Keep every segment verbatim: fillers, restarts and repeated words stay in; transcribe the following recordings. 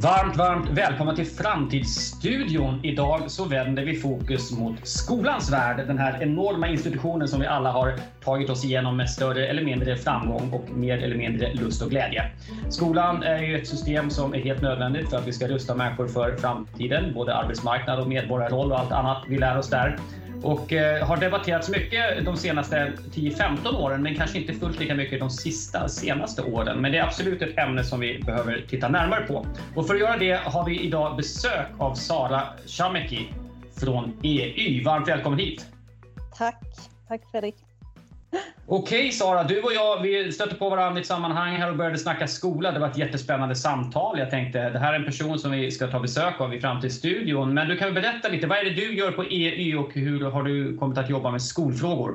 Varmt, varmt välkomna till Framtidsstudion. Idag så vänder vi fokus mot skolans värld. Den här enorma institutionen som vi alla har tagit oss igenom med större eller mindre framgång och mer eller mindre lust och glädje. Skolan är ju ett system som är helt nödvändigt för att vi ska rusta människor för framtiden. Både arbetsmarknad och medborgarroll och allt annat vi lär oss där. Och eh, har debatterats mycket de senaste tio femton åren, men kanske inte fullt lika mycket de sista senaste åren. Men det är absolut ett ämne som vi behöver titta närmare på. Och för att göra det har vi idag besök av Sara Chamecki från E Y. Varmt välkommen hit. Tack, tack Fredrik. Okej Sara, du och jag vi stötte på varandra i ett sammanhang här och började snacka skola. Det var ett jättespännande samtal. Jag tänkte, det här är en person som vi ska ta besök av i Framtidsstudion. Men du kan väl berätta lite, vad är det du gör på E Y och hur har du kommit att jobba med skolfrågor?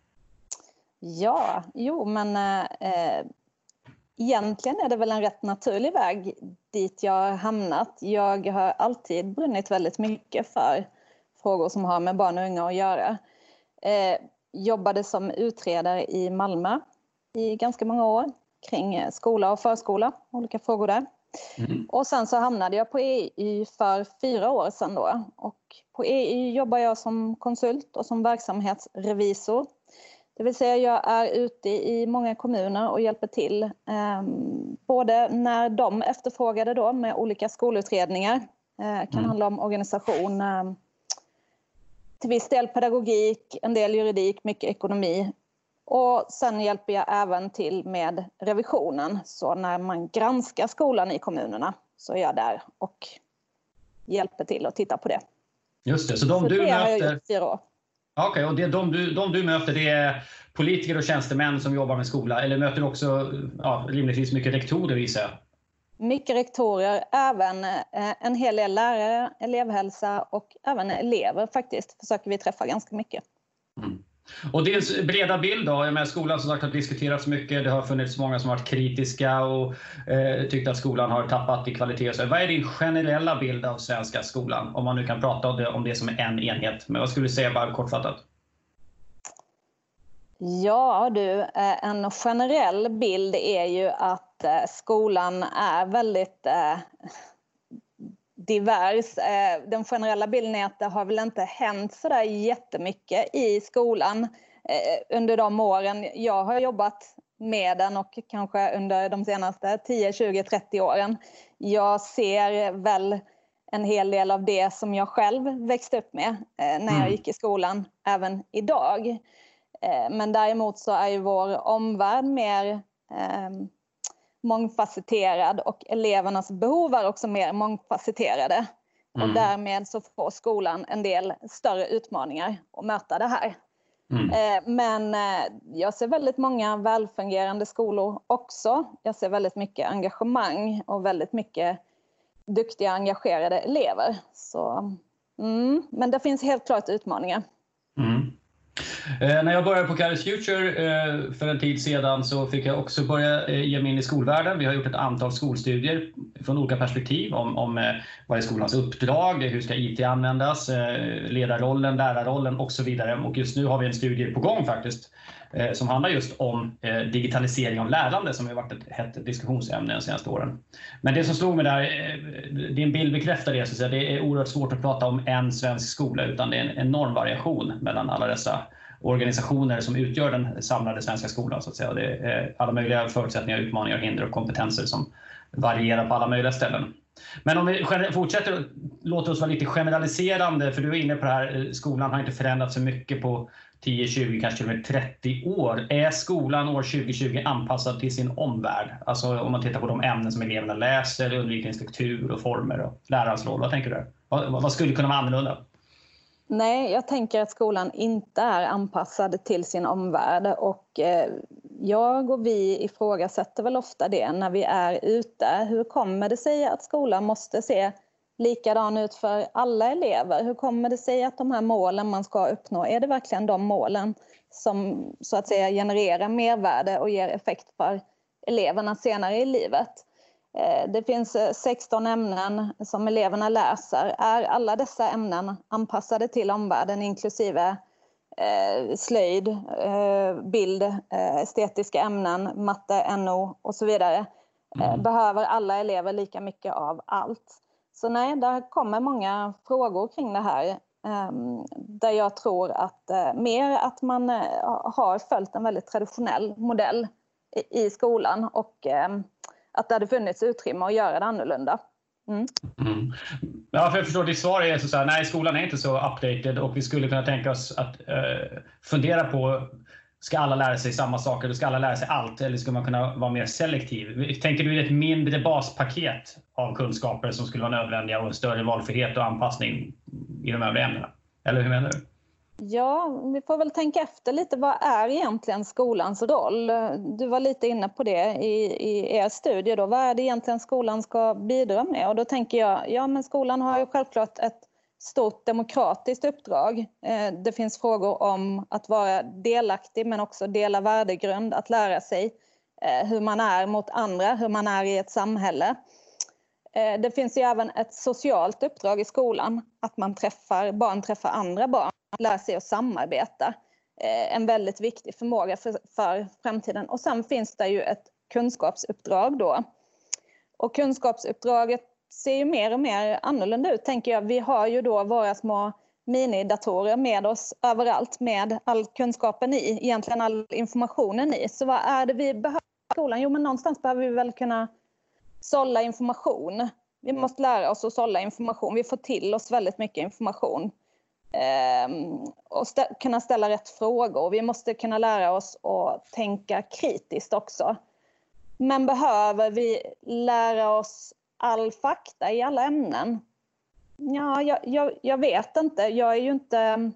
Ja, jo men eh, egentligen är det väl en rätt naturlig väg dit jag har hamnat. Jag har alltid brunnit väldigt mycket för frågor som har med barn och unga att göra. Eh, jobbade som utredare i Malmö i ganska många år kring skola och förskola, olika frågor där. Mm. Och sen så hamnade jag på E Y för fyra år sedan då. Och på E Y jobbar jag som konsult och som verksamhetsrevisor. Det vill säga jag är ute i många kommuner och hjälper till. Eh, både när de efterfrågade då med olika skolutredningar. Eh, kan mm. handla om organisation, eh, till viss del pedagogik, en del juridik, mycket ekonomi. Och sen hjälper jag även till med revisionen. Så när man granskar skolan i kommunerna så är jag där och hjälper till att titta på det. Just det, så de så du det möter... har jag gjort fyra år. Okej, okay, och det, de, du, de du möter det är politiker och tjänstemän som jobbar med skola? Eller möter du också ja, rimligtvis mycket rektorer visar jag? Mycket rektorer, även en hel del lärare, elevhälsa och även elever faktiskt försöker vi träffa ganska mycket. Mm. Och det breda bild då, med skolan som sagt har diskuterats mycket, det har funnits många som har varit kritiska och eh, tyckt att skolan har tappat i kvalitet. Så vad är din generella bild av svenska skolan? Om man nu kan prata om det, om det som är en enhet. Men vad skulle du säga bara kortfattat? Ja du, en generell bild är ju att skolan är väldigt eh, divers. Eh, den generella bilden är att det har väl inte hänt så där jättemycket i skolan eh, under de åren jag har jobbat med den och kanske under de senaste tio, tjugo, trettio åren. Jag ser väl en hel del av det som jag själv växte upp med eh, när jag gick i skolan även idag. Eh, men däremot så är ju vår omvärld mer eh, mångfacetterad och elevernas behov är också mer mångfacetterade. Mm. Och därmed så får skolan en del större utmaningar att möta det här. Mm. Eh, men eh, jag ser väldigt många välfungerande skolor också. Jag ser väldigt mycket engagemang och väldigt mycket duktiga engagerade elever. Så, mm, men det finns helt klart utmaningar. Mm. Eh, när jag började på Careers Future eh, för en tid sedan så fick jag också börja eh, ge mig in i skolvärlden. Vi har gjort ett antal skolstudier från olika perspektiv om, om eh, vad är skolans uppdrag, hur ska I T användas, eh, ledarrollen, lärarrollen och så vidare. Och just nu har vi en studie på gång faktiskt eh, som handlar just om eh, digitalisering av lärande som har varit ett hett diskussionsämne de senaste åren. Men det som slog mig där, eh, din bild bekräftar det, så att säga, det är oerhört svårt att prata om en svensk skola utan det är en enorm variation mellan alla dessa organisationer som utgör den samlade svenska skolan så att säga. Det är alla möjliga förutsättningar, utmaningar, hinder och kompetenser som varierar på alla möjliga ställen. Men om vi fortsätter, låter oss vara lite generaliserande, för du är inne på det här, skolan har inte förändrats så mycket på tio, tjugo, kanske till och med trettio år. Är skolan år tjugo tjugo anpassad till sin omvärld? Alltså om man tittar på de ämnen som eleverna läser, undervisningsstruktur och former och lärarens roll, vad tänker du? Vad, vad skulle kunna vara annorlunda? Nej, jag tänker att skolan inte är anpassad till sin omvärld och eh, jag och vi ifrågasätter väl ofta det när vi är ute. Hur kommer det sig att skolan måste se likadan ut för alla elever? Hur kommer det sig att de här målen man ska uppnå, är det verkligen de målen som så att säga genererar mervärde och ger effekt för eleverna senare i livet? Det finns sexton ämnen som eleverna läser. Är alla dessa ämnen anpassade till omvärlden inklusive eh, slöjd, eh, bild, eh, estetiska ämnen, matte, N O och så vidare? Mm. Behöver alla elever lika mycket av allt? Så nej, där kommer många frågor kring det här. Där jag tror att mer att man har följt en väldigt traditionell modell i skolan och att det hade funnits utrymme att göra det annorlunda. Mm. Mm. Ja, för jag förstår, ditt svar är så här, nej, skolan är inte så updated och vi skulle kunna tänka oss att uh, fundera på, ska alla lära sig samma saker eller ska alla lära sig allt, eller ska man kunna vara mer selektiv? Tänker du ett mindre baspaket av kunskaper som skulle vara nödvändiga och en större valfrihet och anpassning i de övriga ämnena? Eller hur menar du? Ja, vi får väl tänka efter lite. Vad är egentligen skolans roll? Du var lite inne på det i, i er studie då. Vad är det egentligen skolan ska bidra med? Och då tänker jag, ja men skolan har ju självklart ett stort demokratiskt uppdrag. Det finns frågor om att vara delaktig men också dela värdegrund, att lära sig hur man är mot andra, hur man är i ett samhälle. Det finns ju även ett socialt uppdrag i skolan, att man träffar, barn träffar andra barn, lär sig att samarbeta. En väldigt viktig förmåga för, för framtiden. Och sen finns det ju ett kunskapsuppdrag då. Och kunskapsuppdraget ser ju mer och mer annorlunda ut, tänker jag. Vi har ju då våra små minidatorer med oss överallt med all kunskapen i, egentligen all informationen i. Så vad är det vi behöver i skolan? Jo, men någonstans behöver vi väl kunna sålla information. Vi måste lära oss att sålla information. Vi får till oss väldigt mycket information. Ehm, och stä- kunna ställa rätt frågor. Vi måste kunna lära oss att tänka kritiskt också. Men behöver vi lära oss all fakta i alla ämnen? Ja, jag, jag, jag vet inte. Jag är ju inte...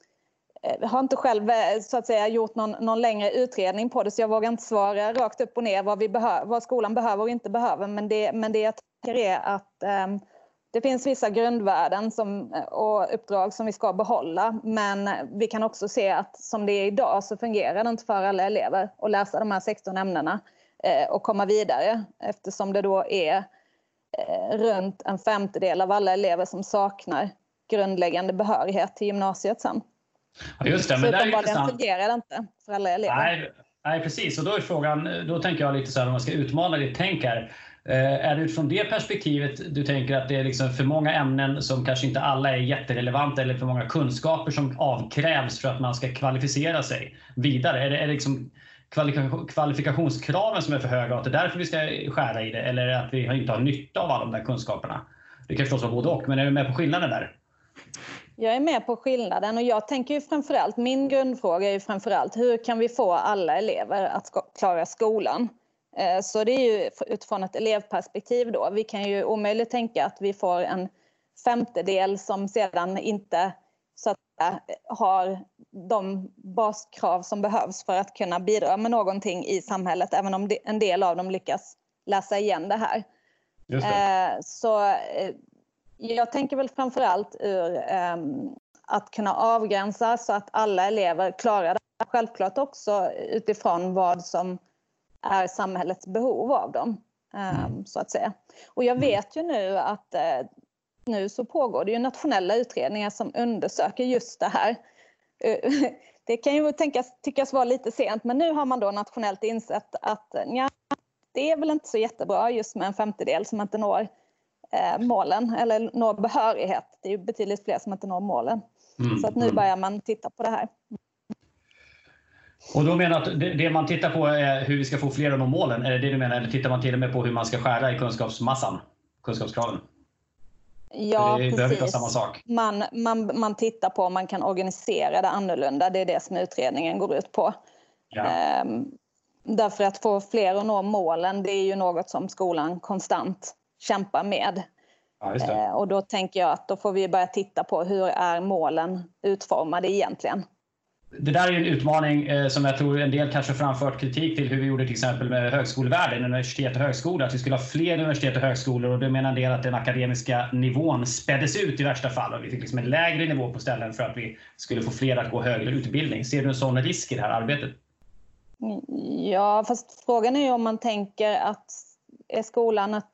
Jag har inte själv så att säga gjort någon, någon längre utredning på det, så jag vågar inte svara rakt upp och ner vad, vi behö- vad skolan behöver och inte behöver. Men det, men det jag tänker är att eh, det finns vissa grundvärden som, och uppdrag som vi ska behålla. Men vi kan också se att som det är idag så fungerar det inte för alla elever att läsa de här sexton ämnena eh, och komma vidare. Eftersom det då är eh, runt en femtedel av alla elever som saknar grundläggande behörighet till gymnasiet sen. Ja, just det, men så det är intressant. Fungerar det inte för alla elever. Nej, nej, precis. Och då är frågan, då tänker jag lite så här, om man ska utmana ditt tänk här. Eh, är det utifrån det perspektivet du tänker att det är liksom för många ämnen som kanske inte alla är jätterelevanta, eller för många kunskaper som avkrävs för att man ska kvalificera sig vidare? Är det, är det liksom kvalifikationskraven som är för höga och att det är därför vi ska skära i det? Eller är det att vi inte har nytta av alla de där kunskaperna? Det kan förstås vara både och, men är du med på skillnaden där? Jag är med på skillnaden och jag tänker ju framförallt, min grundfråga är ju framförallt hur kan vi få alla elever att klara skolan? Så det är ju utifrån ett elevperspektiv då. Vi kan ju omöjligt tänka att vi får en femtedel som sedan inte så att säga, har de baskrav som behövs för att kunna bidra med någonting i samhället, även om en del av dem lyckas läsa igen det här. Just det. Så jag tänker väl framförallt ur um, att kunna avgränsa så att alla elever klarar det. Självklart också utifrån vad som är samhällets behov av dem, um, så att säga. Och jag vet ju nu att uh, nu så pågår det ju nationella utredningar som undersöker just det här. Uh, det kan ju tänkas, tyckas vara lite sent, men nu har man då nationellt insett att ja, det är väl inte så jättebra just med en femtedel som inte når målen eller når behörighet. Det är ju betydligt fler som inte når målen. Mm, så att nu mm. börjar man titta på det här. Och då menar att det, det man tittar på är hur vi ska få fler att nå målen? Är det det du menar? Eller tittar man till och med på hur man ska skära i kunskapsmassan? Kunskapskraven? Ja, det precis. Behöver inte vara samma sak. Man, man, man tittar på om man kan organisera det annorlunda. Det är det som utredningen går ut på. Ja. Ehm, därför att få fler att nå målen, det är ju något som skolan konstant kämpa med. Ja, just det. Eh, och då tänker jag att då får vi börja titta på hur är målen utformade egentligen. Det där är en utmaning eh, som jag tror en del kanske framfört kritik till hur vi gjorde till exempel med högskolevärlden, universitet och högskolor. Att vi skulle ha fler universitet och högskolor, och det menar en del att den akademiska nivån späddes ut i värsta fall. Och vi fick liksom en lägre nivå på ställen för att vi skulle få fler att gå högre utbildning. Ser du en sån risk i det här arbetet? Ja, fast frågan är ju om man tänker att är skolan ett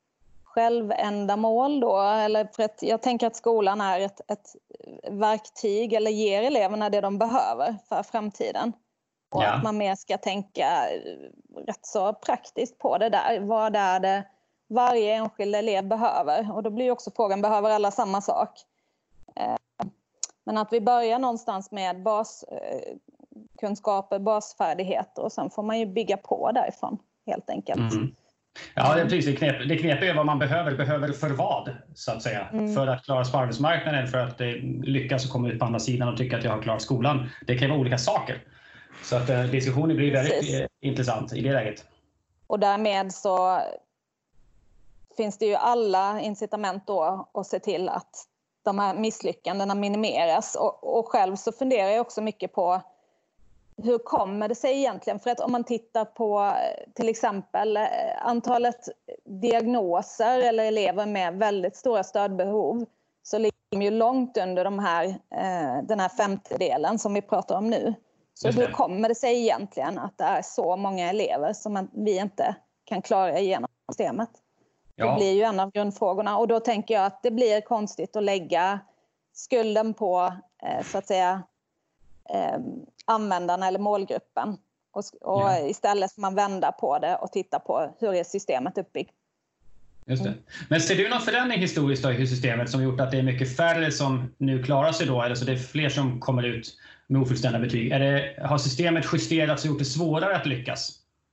självändamål då, eller för att jag tänker att skolan är ett, ett verktyg eller ger eleverna det de behöver för framtiden. Och Ja. att man mer ska tänka rätt så praktiskt på det där. Vad är det varje enskild elev behöver? Och då blir ju också frågan, behöver alla samma sak? Men att vi börjar någonstans med baskunskaper, basfärdigheter och sen får man ju bygga på därifrån helt enkelt. Mm. Ja, det är precis. Det knep, det knep är vad man behöver. Behöver för vad, så att säga. Mm. För att klara sig på arbetsmarknaden, för att eh, lyckas och komma ut på andra sidan och tycka att jag har klarat skolan. Det kan vara olika saker. Så att eh, diskussionen blir väldigt eh, intressant i det läget. Och därmed så finns det ju alla incitament då att se till att de här misslyckandena minimeras. Och, och själv så funderar jag också mycket på hur kommer det sig egentligen? För att om man tittar på till exempel antalet diagnoser eller elever med väldigt stora stödbehov, så ligger de ju långt under de här, den här femtedelen som vi pratar om nu. Så hur kommer det sig egentligen att det är så många elever som vi inte kan klara igenom systemet? Ja. Det blir ju en av grundfrågorna, och då tänker jag att det blir konstigt att lägga skulden på så att säga användarna eller målgruppen, och, och ja. Istället får man vända på det och titta på hur är systemet uppbyggt. Just det. Men ser du någon förändring historiskt då i systemet som gjort att det är mycket färre som nu klarar sig då, eller så det är fler som kommer ut med ofullständiga betyg? Är det, har systemet justerats och gjort det svårare att lyckas?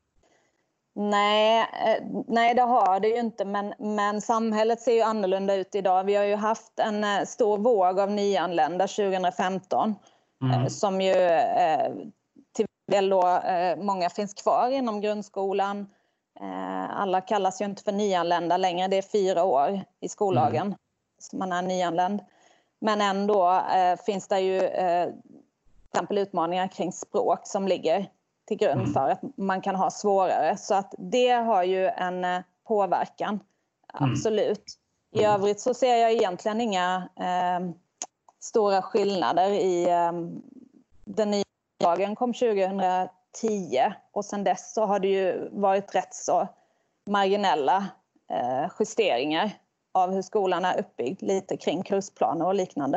Nej, nej det har det ju inte, men, men samhället ser ju annorlunda ut idag. Vi har ju haft en stor våg av nyanlända tjugo femton. Mm. Som ju eh, till väl då eh, många finns kvar inom grundskolan. Eh, alla kallas ju inte för nyanlända längre, det är fyra år i skollagen mm. som man är nyanländ. Men ändå eh, finns det ju eh, till exempel utmaningar kring språk som ligger till grund mm. för att man kan ha svårare. Så att det har ju en eh, påverkan, absolut. Mm. I övrigt så ser jag egentligen inga eh, stora skillnader i um, den nya lagen kom tjugo tio, och sedan dess så har det ju varit rätt så marginella uh, justeringar av hur skolan är uppbyggd, lite kring kursplaner och liknande.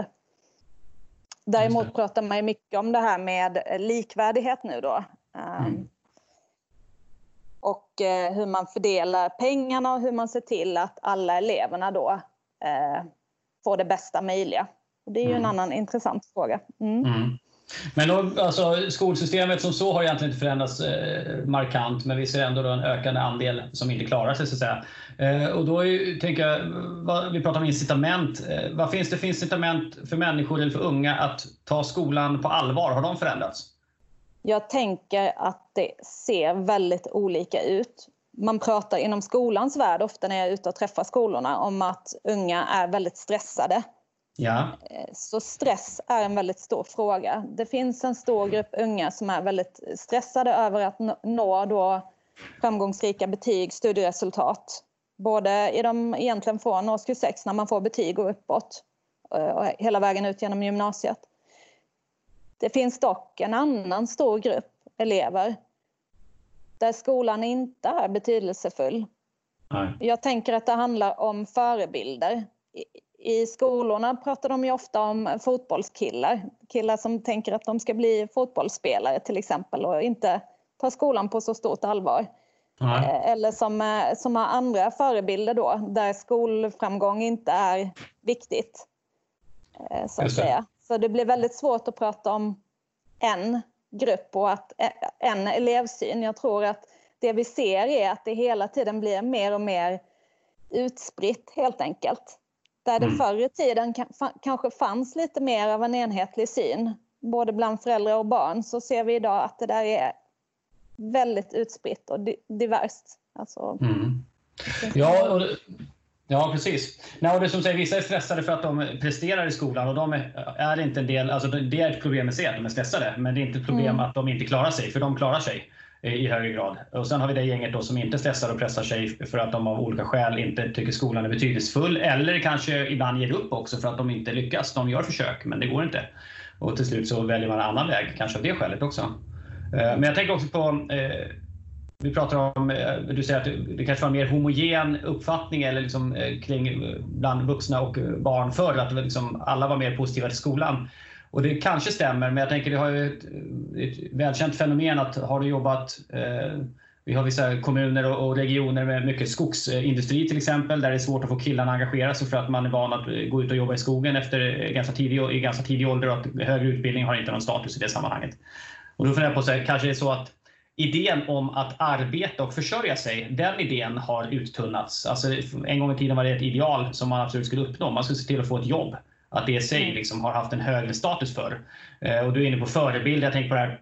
Däremot pratar man ju mycket om det här med likvärdighet nu då. Um, mm. Och uh, hur man fördelar pengarna och hur man ser till att alla eleverna då uh, får det bästa möjliga. Det är ju en mm. annan intressant fråga. Mm. Mm. Men då, alltså, skolsystemet som så har egentligen inte förändrats eh, markant, men vi ser ändå då en ökande andel som inte klarar sig, så att säga. Eh, och då är ju, tänker jag, vad, vi pratar om incitament. Eh, vad finns det för incitament för människor eller för unga att ta skolan på allvar? Har de förändrats? Jag tänker att det ser väldigt olika ut. Man pratar inom skolans värld ofta när jag är ute och träffar skolorna om att unga är väldigt stressade. Ja. Så stress är en väldigt stor fråga. Det finns en stor grupp unga som är väldigt stressade över att nå då framgångsrika betyg, studieresultat. Både i de egentligen från årskurs sex när man får betyg och uppåt och hela vägen ut genom gymnasiet. Det finns dock en annan stor grupp elever där skolan inte är betydelsefull. Nej. Jag tänker att det handlar om förebilder. I skolorna pratar de ju ofta om fotbollskillar. Killar som tänker att de ska bli fotbollsspelare till exempel och inte ta skolan på så stort allvar. Mm. Eller som, som har andra förebilder då, där skolframgång inte är viktigt. Så att säga. Så det blir väldigt svårt att prata om en grupp och att, en elevsyn. Jag tror att det vi ser är att det hela tiden blir mer och mer utspritt helt enkelt. Där det förr i tiden kanske fanns lite mer av en enhetlig syn, både bland föräldrar och barn, så ser vi idag att det där är väldigt utspritt och diverst. Alltså, mm. ja, och, ja, precis. Nej, och det som säger, vissa är stressade för att de presterar i skolan och de är, är inte en del, alltså det är ett problem i sig att de är stressade, men det är inte ett problem mm. att de inte klarar sig, för de klarar sig i högre grad. Och sen har vi det gänget då som inte stressar och pressar sig för att de av olika skäl inte tycker skolan är betydelsefull, eller kanske ibland ger upp också för att de inte lyckas. De gör försök, men det går inte. Och till slut så väljer man en annan väg, kanske av det skälet också. Men jag tänker också på, eh, vi pratar om, eh, du säger att det kanske var en mer homogen uppfattning eller liksom, eh, kring bland vuxna och barn förr, att liksom alla var mer positiva till skolan. och det kanske stämmer, men jag tänker det har ju ett, ett välkänt fenomen att har du jobbat, eh, vi har vissa kommuner och, och regioner med mycket skogsindustri till exempel, där det är svårt att få killarna engagera sig för att man är van att gå ut och jobba i skogen efter ganska tidig, i ganska tidig ålder, och att högre utbildning har inte någon status i det sammanhanget. Och då funderar jag på så här, kanske det är så att idén om att arbeta och försörja sig, den idén har uttunnats. Alltså en gång i tiden var det ett ideal som man absolut skulle uppnå. Man skulle se till att få ett jobb. Att det i sig liksom har haft en högre status för. Eh, och du är inne på förebilder. Jag tänker på det här.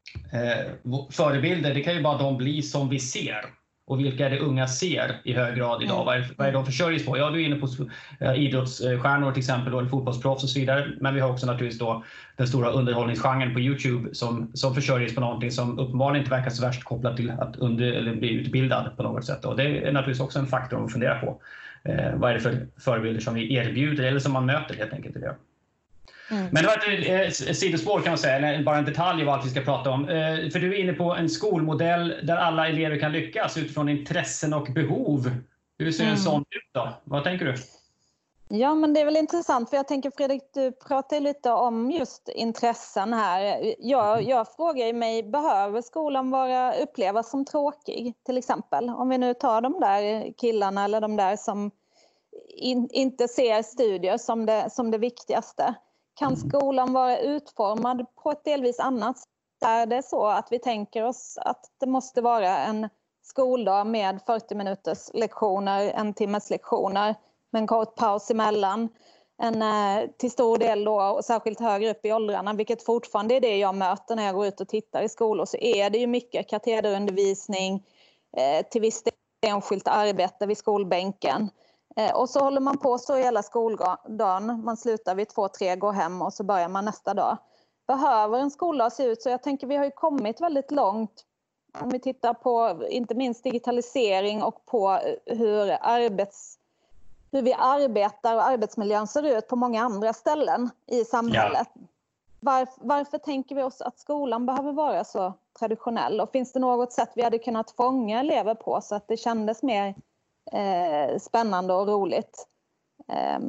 Eh, förebilder, det kan ju bara de bli som vi ser. Och vilka är det unga ser i hög grad idag? Mm. Vad, är, vad är de försörjs på? Ja, du är inne på eh, idrottsstjärnor till exempel, eller fotbollsproffs och så vidare. Men vi har också naturligtvis då den stora underhållningsgenren på YouTube som, som försörjs på någonting som uppenbarligen inte verkar så värst kopplat till att under, eller bli utbildad på något sätt. Och det är naturligtvis också en faktor att fundera på. Eh, vad är det för förebilder som vi erbjuder eller som man möter helt enkelt i det? Mm. Men det var ett sidospår kan man säga, eller bara en detalj av allt vi ska prata om. För du är inne på en skolmodell där alla elever kan lyckas utifrån intressen och behov. Hur ser en mm. sån ut då? Vad tänker du? Ja, men det är väl intressant, för jag tänker Fredrik, du pratar lite om just intressen här. Jag, jag frågar mig, behöver skolan vara upplevas som tråkig till exempel? Om vi nu tar de där killarna eller de där som in, inte ser studier som det, som det viktigaste. Kan skolan vara utformad på ett delvis annat sätt? Är det så att vi tänker oss att det måste vara en skoldag med fyrtio minuters lektioner, en timmes lektioner med en kort paus emellan? En, till stor del då, och särskilt högre upp i åldrarna, vilket fortfarande är det jag möter när jag går ut och tittar i skolor, så är det ju mycket katederundervisning, eh, till viss del enskilt arbete vid skolbänken. Och så håller man på så hela skoldagen. Man slutar vid två, tre, går hem och så börjar man nästa dag. Behöver en skoldag se ut så? Jag tänker vi har ju kommit väldigt långt. Om vi tittar på inte minst digitalisering och på hur, arbets, hur vi arbetar och arbetsmiljön ser ut på många andra ställen i samhället. Ja. Varför, varför tänker vi oss att skolan behöver vara så traditionell? Och finns det något sätt vi hade kunnat fånga elever på så att det kändes mer Eh, spännande och roligt? Eh,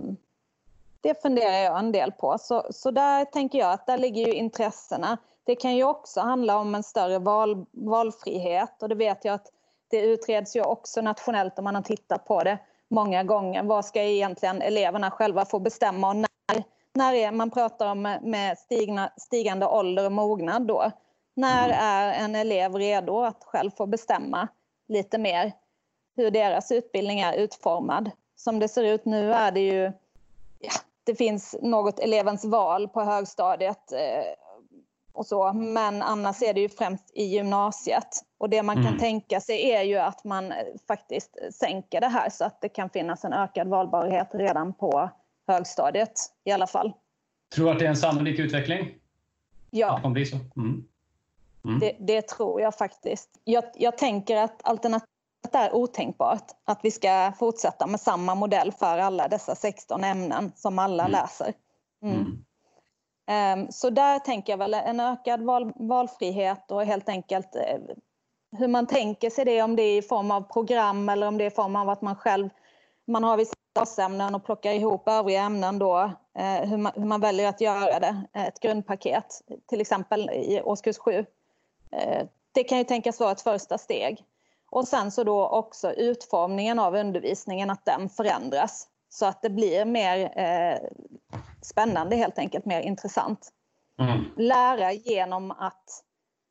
det funderar jag en del på. Så, så där tänker jag att där ligger ju intressena. Det kan ju också handla om en större val, valfrihet. Och det vet jag att det utreds ju också nationellt om man har tittat på det många gånger. Vad ska egentligen eleverna själva få bestämma? Och när, när är, man pratar om med stigna, stigande ålder och mognad då. När är en elev redo att själv få bestämma lite mer hur deras utbildning är utformad? Som det ser ut nu är det ju, ja, det finns något elevens val på högstadiet eh, och så, men annars är det ju främst i gymnasiet. Och det man kan mm. tänka sig är ju att man faktiskt sänker det här så att det kan finnas en ökad valbarhet redan på högstadiet i alla fall. Tror du att det är en sannolik utveckling? Ja. Att det blir så? Mm. Mm. Det, det tror jag faktiskt. Jag, jag tänker att alternativet det är otänkbart att vi ska fortsätta med samma modell för alla dessa sexton ämnen som alla mm. läser. Mm. Mm. Um, så där tänker jag väl en ökad val, valfrihet och helt enkelt uh, hur man tänker sig det, om det är i form av program eller om det är i form av att man själv man har vissa basämnen och plockar ihop övriga ämnen då, uh, hur, man, hur man väljer att göra det, ett grundpaket till exempel i årskurs sju. Uh, det kan ju tänkas vara ett första steg. Och sen så då också utformningen av undervisningen, att den förändras så att det blir mer eh, spännande, helt enkelt mer intressant. Mm. Lära genom att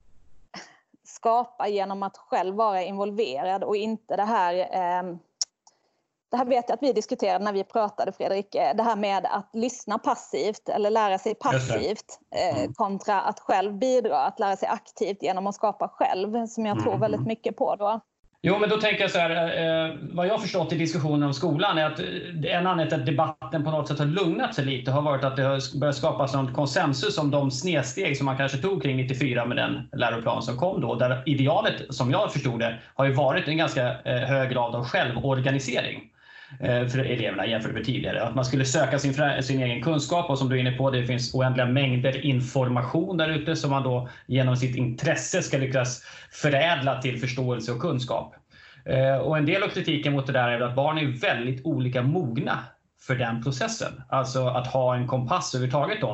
skapa, genom att själv vara involverad och inte det här, eh, det här vet jag att vi diskuterade när vi pratade, Fredrik, det här med att lyssna passivt eller lära sig passivt eh, kontra att själv bidra, att lära sig aktivt genom att skapa själv, som jag tror väldigt mycket på då. Jo, men då tänker jag så här, eh, vad jag har förstått i diskussionen om skolan är att en anledning till att debatten på något sätt har lugnat sig lite har varit att det har börjat skapas någon konsensus om de snedsteg som man kanske tog kring nittiofyra med den läroplan som kom då, där idealet, som jag förstod det, har ju varit en ganska eh, hög grad av självorganisering för eleverna jämfört med tidigare. Att man skulle söka sin, sin egen kunskap, och som du är inne på, det finns oändliga mängder information där ute som man då genom sitt intresse ska lyckas förädla till förståelse och kunskap. Och en del av kritiken mot det där är att barn är väldigt olika mogna för den processen. Alltså att ha en kompass överhuvudtaget om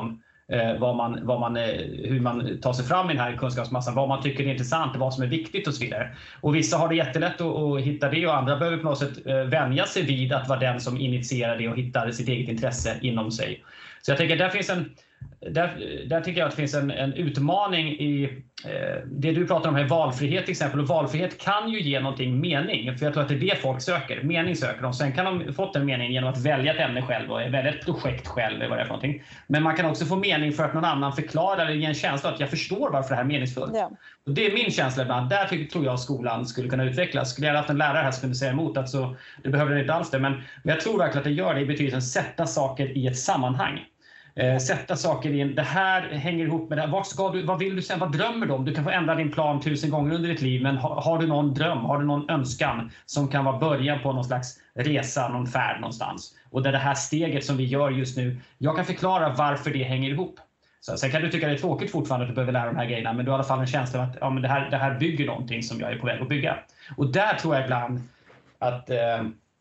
eh, vad man, vad man, eh, hur man tar sig fram i den här kunskapsmassan, vad man tycker är intressant, vad som är viktigt och så vidare. Och vissa har det jättelätt att, att hitta det och andra behöver på något sätt eh, vänja sig vid att vara den som initierar det och hittar sitt eget intresse inom sig. Så jag tänker där finns en Där, där tycker jag att det finns en, en utmaning i eh, det du pratar om här, valfrihet till exempel. Och valfrihet kan ju ge någonting mening, för jag tror att det är det folk söker. Mening söker de. Sen kan de få en mening genom att välja ett ämne själv och välja ett projekt själv eller vad det är för någonting. Men man kan också få mening för att någon annan förklarar eller ger en känsla att jag förstår varför det här är meningsfullt. Ja. Och det är min känsla ibland. Där tycker, tror jag skolan skulle kunna utvecklas. Skulle jag haft en lärare här som kunde säga emot att så, det behöver det inte alls det. Men, men jag tror verkligen att det gör det i betydelsen sätta saker i ett sammanhang. Eh, sätta saker in, det här hänger ihop med det här. Vart ska du, vad vill du sen, vad drömmer du om? Du kan få ändra din plan tusen gånger under ditt liv, men har, har du någon dröm, har du någon önskan som kan vara början på någon slags resa, någon färd någonstans? Och där det här steget som vi gör just nu, jag kan förklara varför det hänger ihop. Så, sen kan du tycka det är tråkigt fortfarande att du behöver lära de här grejerna, men du har i alla fall en känsla av att ja, men det, här, det här bygger någonting som jag är på väg att bygga. Och där tror jag ibland att eh,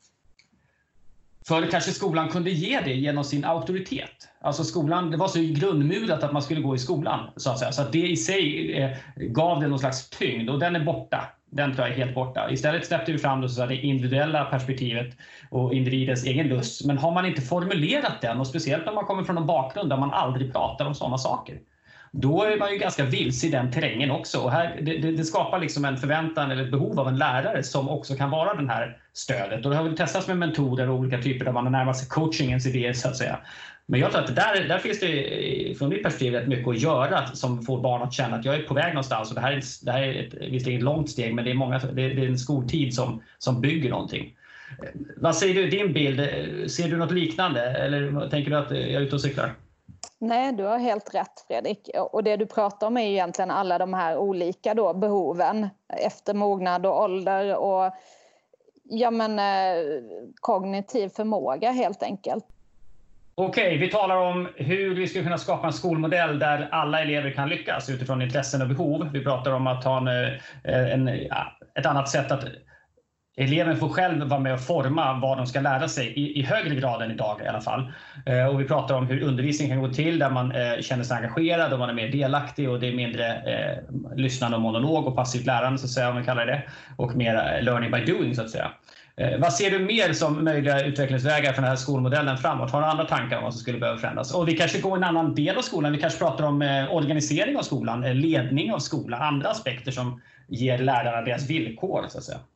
för kanske skolan kunde ge det genom sin auktoritet. Alltså skolan, det var så grundmurat att man skulle gå i skolan, så att säga. Så att det i sig eh, gav det någon slags tyngd, och den är borta. Den tror jag är helt borta. Istället släppte vi fram då, så det individuella perspektivet och individens egen lust. Men har man inte formulerat den, och speciellt när man kommer från en bakgrund där man aldrig pratar om sådana saker, då är man ju ganska vilse i den terrängen också. Och här, det, det, det skapar liksom en förväntan eller ett behov av en lärare som också kan vara den här stödet. Och det har väl testats med mentorer och olika typer där man har närmat sig coachingens idéer, så att säga. Men jag tror att där, där finns det från mitt perspektiv rätt mycket att göra som får barn att känna att jag är på väg någonstans. Och det här är, det här är ett, visserligen ett långt steg, men det är, många, det är, det är en skoltid som, som bygger någonting. Vad säger du, din bild? Ser du något liknande? Eller tänker du att jag är ute och cyklar? Nej, du har helt rätt, Fredrik. Och det du pratar om är egentligen alla de här olika då behoven efter mognad och ålder och ja, men, eh, kognitiv förmåga helt enkelt. Okej, vi talar om hur vi ska kunna skapa en skolmodell där alla elever kan lyckas utifrån intressen och behov. Vi pratar om att ha en, en, ja, ett annat sätt att eleven får själv vara med och forma vad de ska lära sig i, i högre grad än idag i alla fall. Eh, och vi pratar om hur undervisning kan gå till där man eh, känner sig engagerad och man är mer delaktig och det är mindre eh, lyssnande och monolog och passivt lärande, så att säga, om vi kallar det, och mer learning by doing, så att säga. Eh, vad ser du mer som möjliga utvecklingsvägar för den här skolmodellen framåt? Har du andra tankar om vad som skulle behöva förändras? Och vi kanske går en annan del av skolan. Vi kanske pratar om eh, organisering av skolan, eh, ledning av skolan, andra aspekter som ger lärarna deras villkor, så att säga.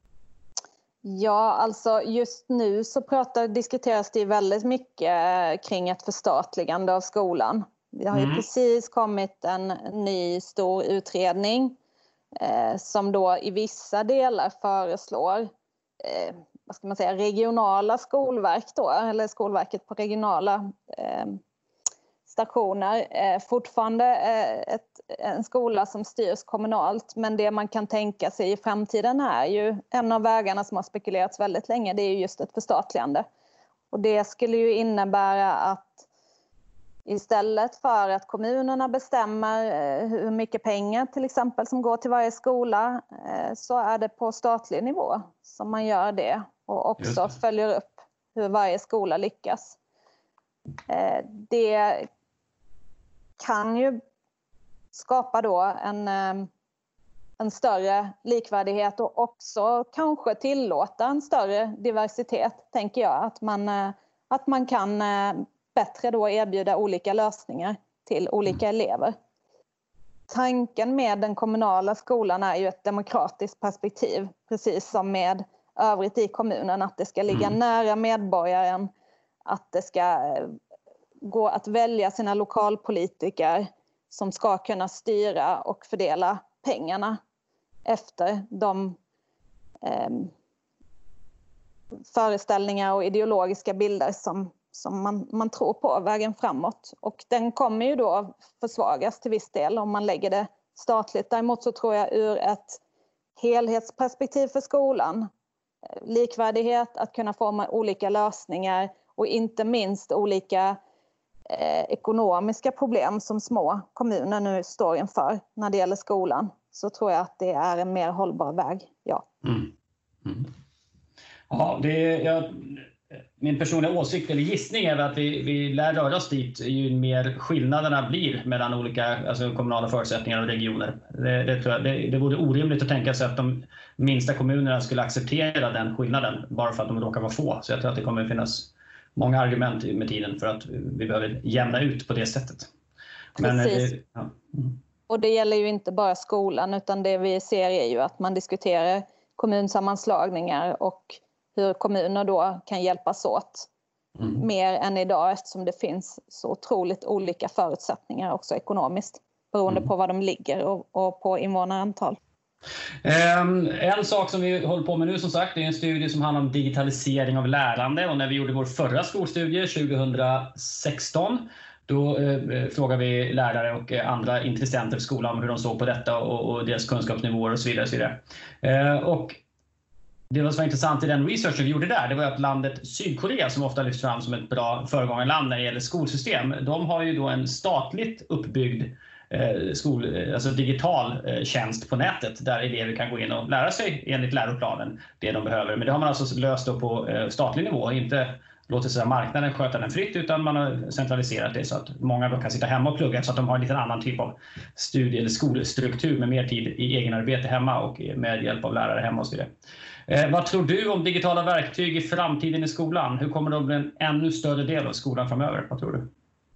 Ja, alltså just nu så pratar, diskuteras det väldigt mycket kring ett förstatligande av skolan. Det har ju mm. precis kommit en ny stor utredning eh, som då i vissa delar föreslår eh, vad ska man säga, regionala skolverk då, eller Skolverket på regionala eh, stationer. Eh, fortfarande eh, ett, en skola som styrs kommunalt, men det man kan tänka sig i framtiden är ju en av vägarna som har spekulerats väldigt länge, det är ju just ett förstatligande. Och det skulle ju innebära att istället för att kommunerna bestämmer eh, hur mycket pengar till exempel som går till varje skola, eh, så är det på statlig nivå som man gör det och också följer upp hur varje skola lyckas. Eh, det kan ju skapa då en, en större likvärdighet och också kanske tillåta en större diversitet, tänker jag. Att man, att man kan bättre då erbjuda olika lösningar till olika elever. Tanken med den kommunala skolan är ju ett demokratiskt perspektiv, precis som med övrigt i kommunen. Att det ska ligga mm. nära medborgaren, att det ska gå att välja sina lokalpolitiker som ska kunna styra och fördela pengarna efter de eh, föreställningar och ideologiska bilder som, som man, man tror på vägen framåt. Och den kommer ju då försvagas till viss del om man lägger det statligt. Däremot så tror jag ur ett helhetsperspektiv för skolan, likvärdighet, att kunna forma olika lösningar och inte minst olika Eh, ekonomiska problem som små kommuner nu står inför när det gäller skolan, så tror jag att det är en mer hållbar väg. Ja, mm. Mm. Ja, det är, jag, min personliga åsikt eller gissning är att vi, vi lär röra oss dit ju mer skillnaderna blir mellan olika alltså kommunala förutsättningar och regioner. Det, det, tror jag, det, det vore orimligt att tänka sig att de minsta kommunerna skulle acceptera den skillnaden bara för att de råkar vara få. Så jag tror att det kommer finnas många argument med tiden för att vi behöver jämna ut på det sättet. Men Precis. Det, ja. mm. Och det gäller ju inte bara skolan, utan det vi ser är ju att man diskuterar kommunsammanslagningar och hur kommuner då kan hjälpas åt mm. mer än idag, eftersom det finns så otroligt olika förutsättningar också ekonomiskt beroende mm. på var de ligger och, och på invånarantal. Um, en sak som vi håller på med nu som sagt är en studie som handlar om digitalisering av lärande, och när vi gjorde vår förra skolstudie tjugohundrasexton då eh, frågade vi lärare och andra intressenter för skolan om hur de såg på detta och, och deras kunskapsnivåer och så vidare. Och, så vidare. Eh, och det som var intressant i den research vi gjorde där, det var att landet Sydkorea, som ofta lyfts fram som ett bra föregångarland när det gäller skolsystem, de har ju då en statligt uppbyggd eh, skol, alltså digital eh, tjänst på nätet där elever kan gå in och lära sig enligt läroplanen det de behöver. Men det har man alltså löst då på eh, statlig nivå, inte låter sig marknaden sköta den fritt, utan man har centraliserat det så att många då kan sitta hemma och plugga, så att de har en lite annan typ av studie- eller skolstruktur med mer tid i egenarbete hemma och med hjälp av lärare hemma och så vidare. Eh, vad tror du om digitala verktyg i framtiden i skolan? Hur kommer det att bli en ännu större del av skolan framöver? Vad tror du?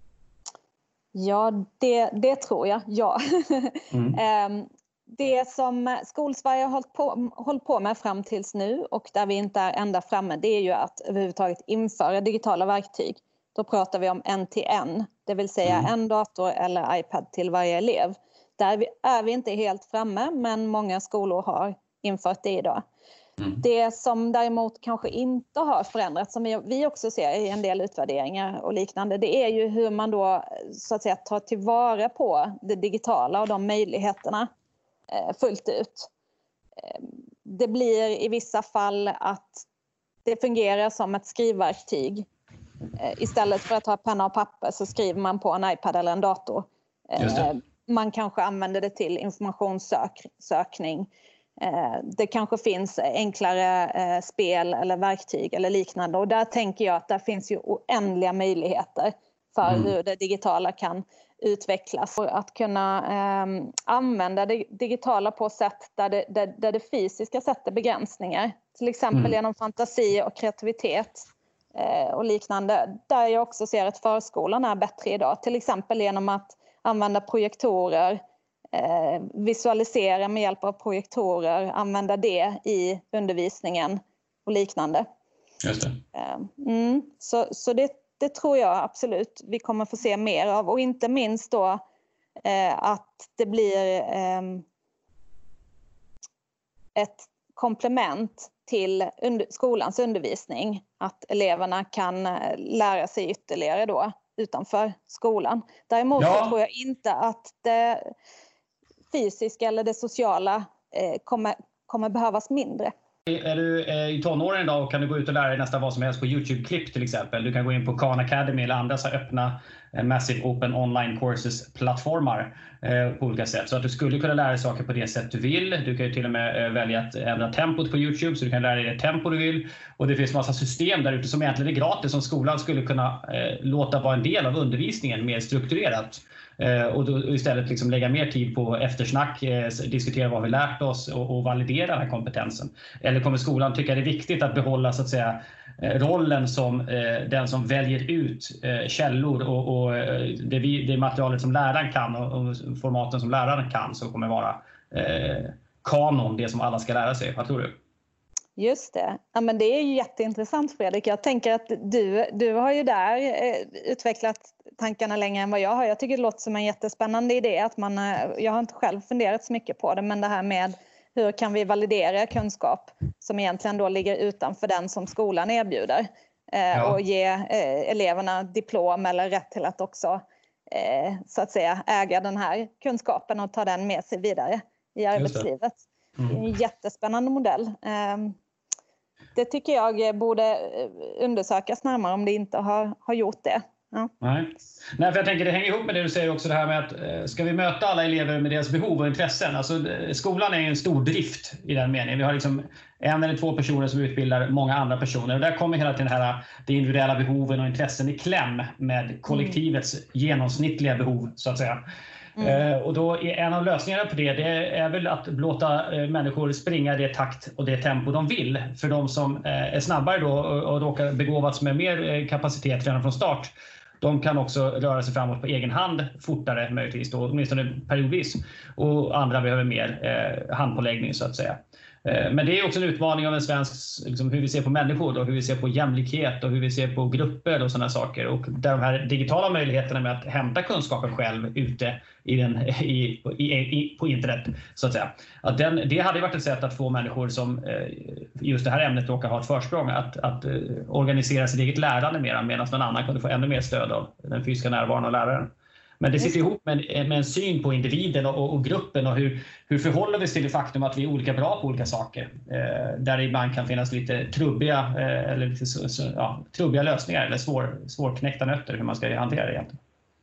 Ja, det, det tror jag, ja. Mm. Det som Skolsverige har hållit på, hållit på med fram tills nu, och där vi inte är ända framme, det är ju att överhuvudtaget införa digitala verktyg. Då pratar vi om en till en, det vill säga mm. en dator eller iPad till varje elev. Där vi, är vi inte helt framme, men många skolor har infört det idag. Mm. Det som däremot kanske inte har förändrats, som vi också ser i en del utvärderingar och liknande, det är ju hur man då så att säga tar tillvara på det digitala och de möjligheterna fullt ut. Det blir i vissa fall att det fungerar som ett skrivverktyg. Istället för att ha penna och papper så skriver man på en iPad eller en dator. Man kanske använder det till informationssökning. Det kanske finns enklare spel eller verktyg eller liknande. Och där tänker jag att där finns ju oändliga möjligheter för mm. hur det digitala kan utvecklas. Och att kunna eh, använda det digitala på sätt där det, där, där det fysiska sätter begränsningar. Till exempel mm. genom fantasi och kreativitet eh, och liknande. Där jag också ser att förskolan är bättre idag. Till exempel genom att använda projektorer, eh, visualisera med hjälp av projektorer, använda det i undervisningen och liknande. Just det. Eh, mm, så, så det Det tror jag absolut vi kommer få se mer av. Och inte minst då eh, att det blir eh, ett komplement till under, skolans undervisning. Att eleverna kan lära sig ytterligare då utanför skolan. Däremot ja. tror jag inte att det fysiska eller det sociala eh, kommer, kommer behövas mindre. Är du i tonåren idag och kan du gå ut och lära dig nästan vad som helst på YouTube-klipp till exempel. Du kan gå in på Khan Academy eller andra så öppna Massive Open Online Courses-plattformar eh, på olika sätt. Så att du skulle kunna lära dig saker på det sätt du vill. Du kan ju till och med eh, välja att ändra tempot på YouTube så du kan lära dig det tempo du vill. Och det finns massa system där ute som egentligen är gratis som skolan skulle kunna eh, låta vara en del av undervisningen mer strukturerat. Eh, och då istället liksom lägga mer tid på eftersnack, eh, diskutera vad vi lärt oss och, och validera den här kompetensen. Eller kommer skolan tycka det är viktigt att behålla så att säga rollen som eh, den som väljer ut eh, källor och, och det, vi, det materialet som läraren kan och, och formaten som läraren kan, så kommer vara eh, kanon, det som alla ska lära sig. Vad tror du? Just det. Ja, men det är ju jätteintressant, Fredrik. Jag tänker att du, du har ju där eh, utvecklat tankarna längre än vad jag har. Jag tycker det låter som en jättespännande idé. Att man, jag har inte själv funderat så mycket på det, men det här med hur kan vi validera kunskap som egentligen då ligger utanför den som skolan erbjuder eh, ja. och ge eh, eleverna diplom eller rätt till att också eh, så att säga äga den här kunskapen och ta den med sig vidare i arbetslivet. Det. Mm. Det är en jättespännande modell. Eh, det tycker jag borde undersökas närmare om det inte har, har gjort det. Ja. Nej. Nej, för jag tänker det hänger ihop med det du säger också, det här med att ska vi möta alla elever med deras behov och intressen? Alltså, skolan är ju en stor drift i den meningen. Vi har liksom en eller två personer som utbildar många andra personer. Och där kommer hela tiden här, det individuella behoven och intressen i kläm med kollektivets mm. genomsnittliga behov, så att säga. Mm. Eh, och då är en av lösningarna på det, det är väl att låta eh, människor springa i det takt och det tempo de vill. För de som eh, är snabbare då och, och råkar begåvats med mer eh, kapacitet redan från start, de kan också röra sig framåt på egen hand fortare möjligtvis, då, åtminstone periodvis. Och andra behöver mer eh, handpåläggning, så att säga. Eh, men det är också en utmaning av en svensk, liksom, hur vi ser på människor, då, hur vi ser på jämlikhet och hur vi ser på grupper och sådana saker. Och där de här digitala möjligheterna med att hämta kunskapen själv ute i den, i, i, i, på internet, så att säga. Att den, det hade varit ett sätt att få människor som eh, just det här ämnet råkar ha ett försprång att, att eh, organisera sitt eget lärande mer, medan någon annan kunde få ännu mer stöd av den fysiska närvaron av läraren. Men det sitter ihop med en, med en syn på individen och, och gruppen och hur, hur förhåller vi oss till det faktum att vi är olika bra på olika saker. Eh, där det ibland kan finnas lite trubbiga, eh, eller lite så, så, ja, trubbiga lösningar eller svår, svårknäckta nötter hur man ska hantera det egentligen.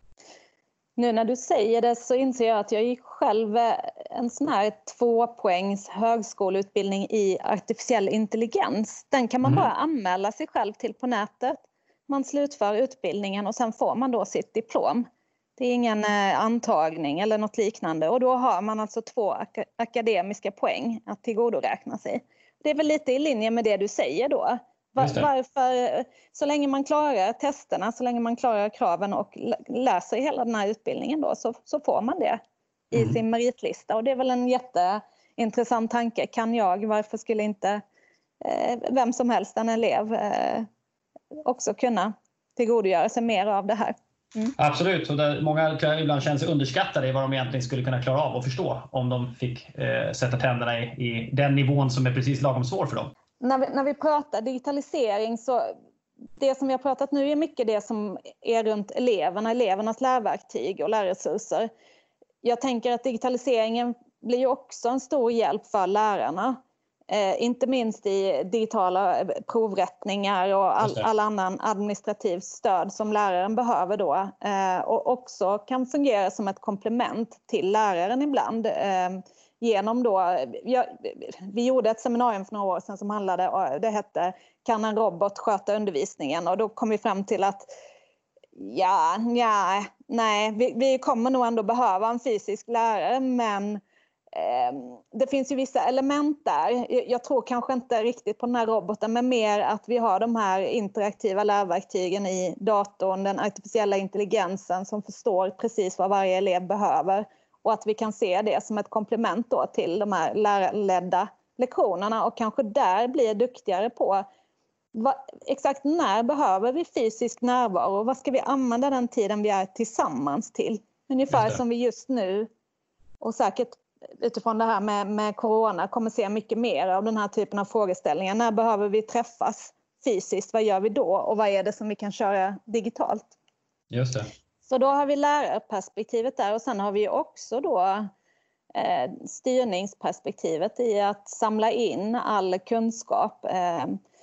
Nu när du säger det så inser jag att jag gick själv en sån här tvåpoängs högskoleutbildning i artificiell intelligens. Den kan man mm. bara anmäla sig själv till på nätet. Man slutför utbildningen och sen får man då sitt diplom. Det är ingen eh, antagning eller något liknande. Och då har man alltså två ak- akademiska poäng att tillgodoräkna sig. Det är väl lite i linje med det du säger då. Var, varför, så länge man klarar testerna, så länge man klarar kraven och läser hela den här utbildningen då, så, så får man det i mm. sin meritlista. Och det är väl en jätteintressant tanke. Kan jag, varför skulle inte eh, vem som helst, en elev, eh, också kunna tillgodogöra sig mer av det här? Mm. Absolut, och där många tror jag ibland känner sig underskattade i vad de egentligen skulle kunna klara av och förstå om de fick eh, sätta tänderna i, i den nivån som är precis lagom svår för dem. När vi, när vi pratar digitalisering, så det som vi har pratat nu är mycket det som är runt eleverna, elevernas lärverktyg och lärresurser. Jag tänker att digitaliseringen blir också en stor hjälp för lärarna. Eh, inte minst i digitala provrättningar och all, all annan administrativ stöd som läraren behöver då. Eh, och också kan fungera som ett komplement till läraren ibland. Eh, genom då, ja, vi gjorde ett seminarium för några år sedan som handlade, det hette "Kan en robot sköta undervisningen?" Och då kom vi fram till att ja, ja nej, vi, vi kommer nog ändå behöva en fysisk lärare, men det finns ju vissa element där. Jag tror kanske inte riktigt på den här roboten, men mer att vi har de här interaktiva lärverktygen i datorn, den artificiella intelligensen som förstår precis vad varje elev behöver, och att vi kan se det som ett komplement då till de här lärarledda lektionerna och kanske där blir duktigare på vad, exakt när behöver vi fysisk närvaro och vad ska vi använda den tiden vi är tillsammans till. Ungefär som vi just nu, och säkert utifrån det här med, med corona, kommer se mycket mer av den här typen av frågeställningar. När behöver vi träffas fysiskt? Vad gör vi då? Och vad är det som vi kan köra digitalt? Just det. Så då har vi lärarperspektivet där, och sen har vi också då eh, styrningsperspektivet i att samla in all kunskap, eh,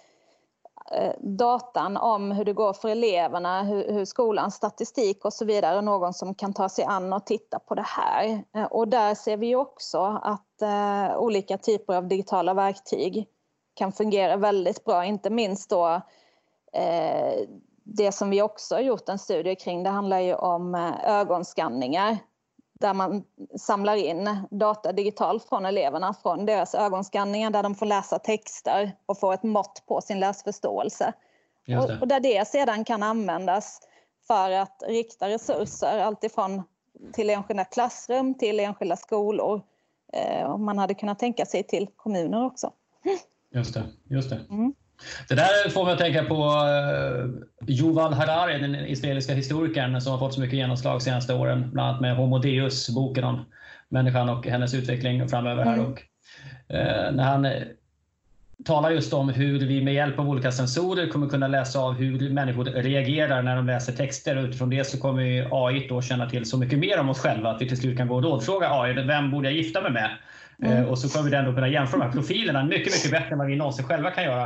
datan om hur det går för eleverna, hur, hur skolans statistik och så vidare, någon som kan ta sig an och titta på det här. Och där ser vi också att eh, olika typer av digitala verktyg kan fungera väldigt bra, inte minst då eh, det som vi också har gjort en studie kring, det handlar ju om ögonskanningar där man samlar in data digitalt från eleverna, från deras ögonskanningar där de får läsa texter och få ett mått på sin läsförståelse. Och, och där det sedan kan användas för att rikta resurser alltifrån till enskilda klassrum till enskilda skolor. Eh, och man hade kunnat tänka sig till kommuner också. Just det, just det. Mm. Det där får mig att tänka på Yuval Harari, den israeliska historikern som har fått så mycket genomslag de senaste åren, bland annat med Homo Deus, boken om människan och hennes utveckling framöver här. Mm. Och, eh, när han talar just om hur vi med hjälp av olika sensorer kommer kunna läsa av hur människor reagerar när de läser texter, och utifrån det så kommer ju A I då känna till så mycket mer om oss själva att vi till slut kan gå och rådfråga A I, vem borde jag gifta mig med? Mm. Eh, och så kommer vi då kunna jämföra de här profilerna mycket, mycket bättre än vad vi någonsin själva kan göra.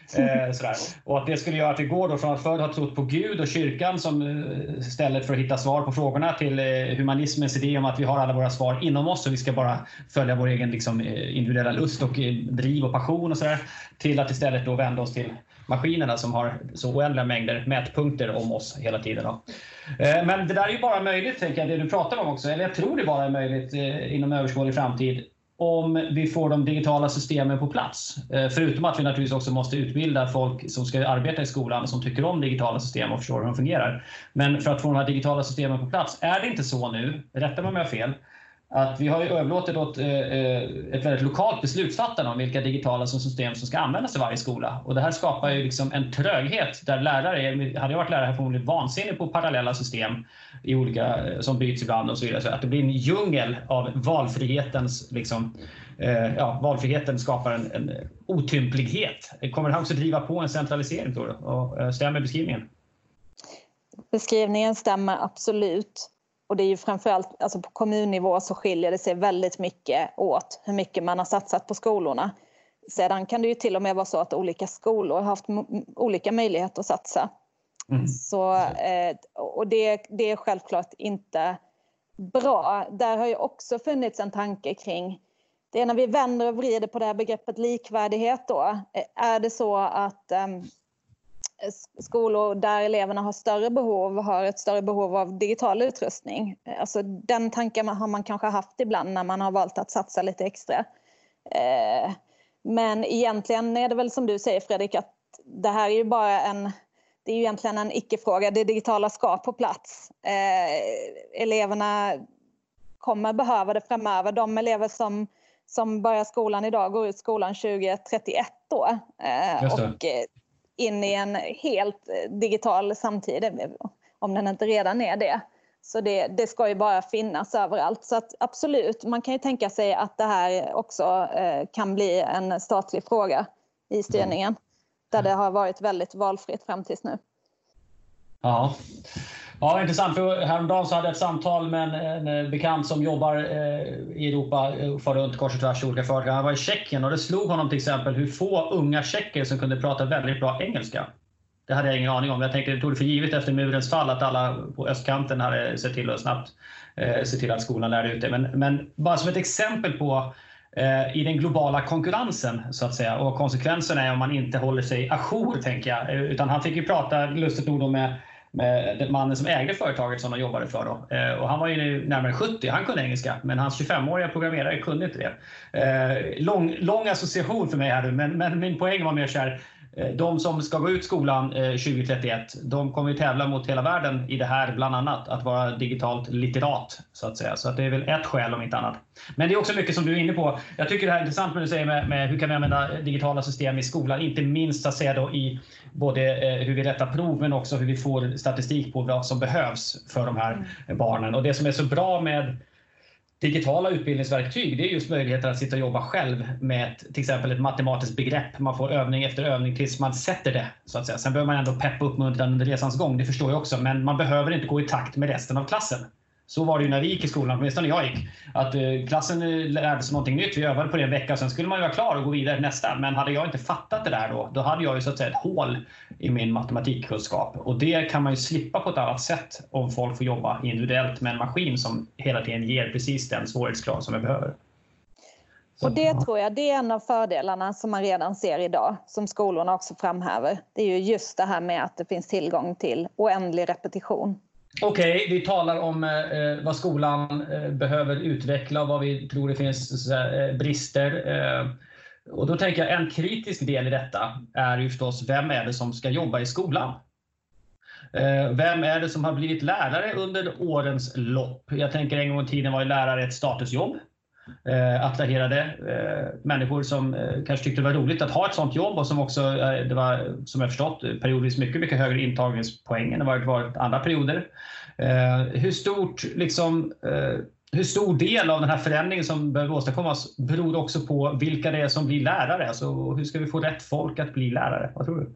Eh, sådär. Och att det skulle göra att vi går då från att förr ha trott på Gud och kyrkan som eh, stället för att hitta svar på frågorna till eh, humanismens idé om att vi har alla våra svar inom oss och vi ska bara följa vår egen liksom, individuella lust och eh, driv och passion och sådär. Till att istället då vända oss till maskinerna som har så oändliga mängder mätpunkter om oss hela tiden. Då. Eh, men det där är ju bara möjligt, tänker jag, det du pratar om också. Eller jag tror det bara är möjligt eh, inom överskådlig framtid om vi får de digitala systemen på plats. Eh, förutom att vi naturligtvis också måste utbilda folk som ska arbeta i skolan och som tycker om digitala system och förstår hur de fungerar. Men för att få de här digitala systemen på plats, är det inte så nu, rätta mig om jag har fel, att vi har ju överlåtit åt eh, ett väldigt lokalt beslutsfattande om vilka digitala system som ska användas i varje skola. Och det här skapar ju liksom en tröghet där lärare, hade jag varit lärare här förmodligen vansinnig på parallella system i olika, som byts ibland och så vidare. Så att det blir en djungel av valfrihetens, liksom, eh, ja, valfriheten skapar en, en otymplighet. Kommer det här också driva på en centralisering, tror du? Och eh, stämmer beskrivningen? Beskrivningen stämmer absolut. Och det är ju framförallt, alltså på kommunnivå så skiljer det sig väldigt mycket åt hur mycket man har satsat på skolorna. Sedan kan det ju till och med vara så att olika skolor har haft m- olika möjligheter att satsa. Mm. Så, eh, och det, det är självklart inte bra. Där har ju också funnits en tanke kring, det är när vi vänder och vrider på det här begreppet likvärdighet då. Är det så att eh, skolor där eleverna har större behov har ett större behov av digital utrustning. Alltså den tanken har man kanske haft ibland när man har valt att satsa lite extra. Eh, men egentligen är det väl som du säger, Fredrik, att det här är ju bara en, det är ju egentligen en icke-fråga. Det digitala ska på plats. Eh, eleverna kommer behöva det framöver. De elever som, som börjar skolan idag går ut skolan tjugo trettioett då. Eh, och in i en helt digital samtid, om den inte redan är det. Så det, det ska ju bara finnas överallt. Så att absolut, man kan ju tänka sig att det här också eh, kan bli en statlig fråga i styrningen. Mm. Där det har varit väldigt valfritt fram tills nu. Ja. Ja, intressant. För häromdagen så hade jag ett samtal med en, en bekant som jobbar eh, i Europa och far runt kors och tvärs i olika företag. Han var i Tjeckien och det slog honom till exempel hur få unga tjecker som kunde prata väldigt bra engelska. Det hade jag ingen aning om. Jag tänkte det tog det för givet efter murens fall att alla på östkanten hade sett till att snabbt eh, se till att skolan lärde ut det. Men, men bara som ett exempel på eh, i den globala konkurrensen så att säga. Och konsekvenserna är om man inte håller sig ajour, tänker jag. Utan han fick ju prata lustigt nog med med den mannen som ägde företaget som de jobbade för då. Eh, och han var ju närmare sjuttio, han kunde engelska, men hans tjugofemåriga programmerare kunde inte det. Eh, lång, lång association för mig här nu, men, men min poäng var mer så här, eh, de som ska gå ut skolan eh, tjugo trettioett, de kommer ju tävla mot hela världen i det här, bland annat att vara digitalt litterat så att säga. Så att det är väl ett skäl om inte annat. Men det är också mycket som du är inne på. Jag tycker det här är intressant när du säger med, med hur kan vi använda digitala system i skolan, inte minst så att säga då i både eh, hur vi rättar prov men också hur vi får statistik på vad som behövs för de här mm. barnen. Och det som är så bra med digitala utbildningsverktyg, det är just möjligheten att sitta och jobba själv med ett, till exempel ett matematiskt begrepp. Man får övning efter övning tills man sätter det så att säga. Sen behöver man ändå peppa upp uppmuntran under resans gång, det förstår jag också, men man behöver inte gå i takt med resten av klassen. Så var det ju när vi gick i skolan, åtminstone när jag gick. Att eh, klassen lärde sig någonting nytt, vi övade på det en vecka, sen skulle man ju vara klar och gå vidare nästa. Men hade jag inte fattat det där då, då hade jag ju så att säga ett hål i min matematikkunskap. Och det kan man ju slippa på ett annat sätt om folk får jobba individuellt med en maskin som hela tiden ger precis den svårighetsgrad som vi behöver. Så. Och det tror jag, det är en av fördelarna som man redan ser idag, som skolorna också framhäver. Det är ju just det här med att det finns tillgång till oändlig repetition. Okej, okay, vi talar om eh, vad skolan eh, behöver utveckla och vad vi tror det finns eh, brister. Eh, och då tänker jag en kritisk del i detta är ju förstås, vem är det som ska jobba i skolan? Eh, vem är det som har blivit lärare under årens lopp? Jag tänker en gång i tiden var ju lärare ett statusjobb. Eh, attraherade eh, människor som eh, kanske tyckte det var roligt att ha ett sånt jobb och som också, eh, det var som jag förstått, periodvis mycket, mycket högre intagningspoäng än det varit, varit andra perioder. Eh, hur stort liksom, eh, hur stor del av den här förändringen som behöver åstadkommas beror också på vilka det är som blir lärare? Alltså, hur ska vi få rätt folk att bli lärare? Vad tror du?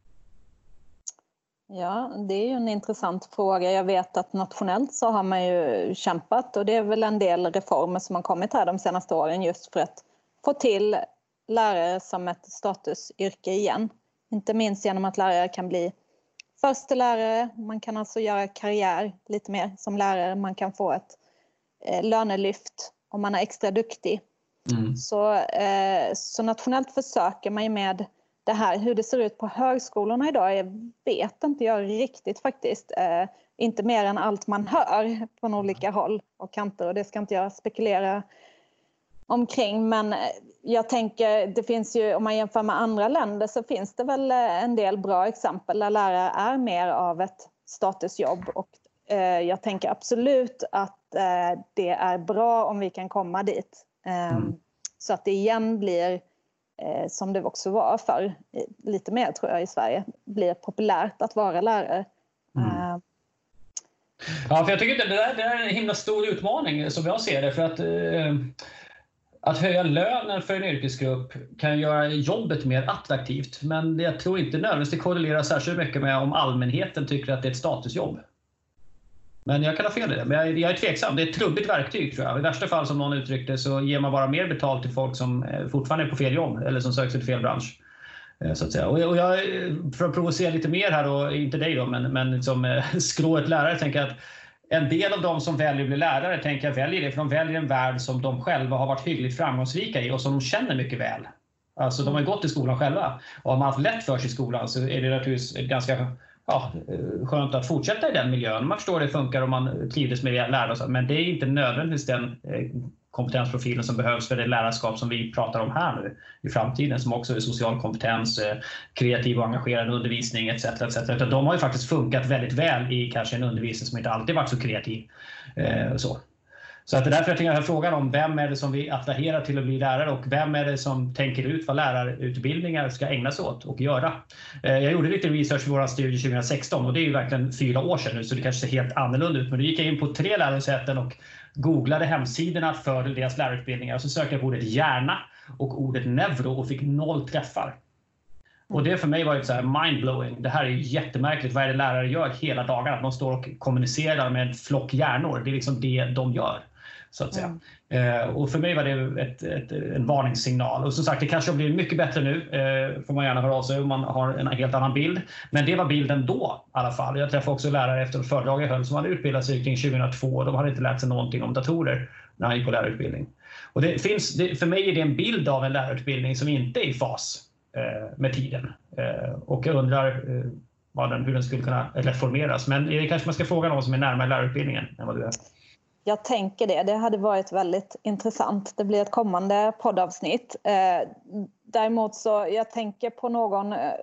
Ja, det är ju en intressant fråga. Jag vet att nationellt så har man ju kämpat och det är väl en del reformer som har kommit här de senaste åren just för att få till lärare som ett statusyrke igen Inte minst genom att lärare kan bli förstelärare. Man kan alltså göra karriär lite mer som lärare. Man kan få ett eh, lönelyft om man är extra duktig. Mm. Så, eh, så nationellt försöker man ju med det här. Hur det ser ut på högskolorna idag, jag vet inte jag riktigt faktiskt. Eh, inte mer än allt man hör från olika håll och kanter. Och det ska inte jag spekulera omkring. Men jag tänker, det finns ju, om man jämför med andra länder så finns det väl en del bra exempel där lärare är mer av ett statusjobb. Och eh, jag tänker absolut att eh, det är bra om vi kan komma dit. Eh, mm. Så att det igen blir, eh, som det också var för lite mer tror jag i Sverige, blir populärt att vara lärare. Mm. Eh, Ja, för jag tycker att det där, det är en himla stor utmaning som jag ser det. För att, eh, att höja lönen för en yrkesgrupp kan göra jobbet mer attraktivt. Men jag tror inte nödvändigtvis det korrelerar särskilt mycket med om allmänheten tycker att det är ett statusjobb. Men jag kan ha fel i det. Men jag, jag är tveksam. Det är ett trubbigt verktyg tror jag. I värsta fall som någon uttryckte så ger man bara mer betalt till folk som fortfarande är på fel jobb. Eller som söker sig till fel bransch. Så att säga. Och jag, och jag, för att provocera lite mer här då, inte dig då, men, men som skrået lärare tänker jag att en del av de som väljer att bli lärare tänker jag väljer det för de väljer en värld som de själva har varit hyggligt framgångsrika i och som de känner mycket väl. Alltså de har gått i skolan själva och har man haft lätt för sig i skolan så är det naturligtvis ganska ja, skönt att fortsätta i den miljön. Man förstår hur det funkar om man trivdes med det lärare och så, men det är inte nödvändigtvis den kompetensprofilen som behövs för det lärarskap som vi pratar om här nu i framtiden, som också är social kompetens, kreativ och engagerad undervisning et cetera et cetera. De har ju faktiskt funkat väldigt väl i kanske en undervisning som inte alltid varit så kreativ. Så. Så att det är därför jag tänker att frågan om vem är det som vi attraherar till att bli lärare och vem är det som tänker ut vad lärarutbildningar ska ägna sig åt och göra. Jag gjorde lite research för våra studier tjugo sexton och det är ju verkligen fyra år sedan nu så det kanske ser helt annorlunda ut. Men då gick jag in på tre lärosäten och googlade hemsidorna för deras lärarutbildningar och så sökte jag på ordet hjärna och ordet neuro och fick noll träffar. Och det för mig var ju så här mindblowing. Det här är ju jättemärkligt. Vad är det lärare gör hela dagen? Att de står och kommunicerar med en flock hjärnor. Det är liksom det de gör. Så att säga. Mm. Eh, och för mig var det ett, ett, en varningssignal. Och som sagt, det kanske blir mycket bättre nu. Eh, får man gärna höra av sig om man har en helt annan bild. Men det var bilden då i alla fall. Jag träffade också lärare efter ett föredrag jag höll som hade utbildat sig kring tjugohundratvå. De hade inte lärt sig någonting om datorer när han gick på lärarutbildning. Och det finns, det, för mig är det en bild av en lärarutbildning som inte är i fas eh, med tiden. Eh, och jag undrar eh, vad den, hur den skulle kunna reformeras. Men det kanske man ska fråga någon som är närmare lärarutbildningen än vad du är. Jag tänker det. Det hade varit väldigt intressant. Det blir ett kommande poddavsnitt. Eh, däremot så jag tänker på någon eh,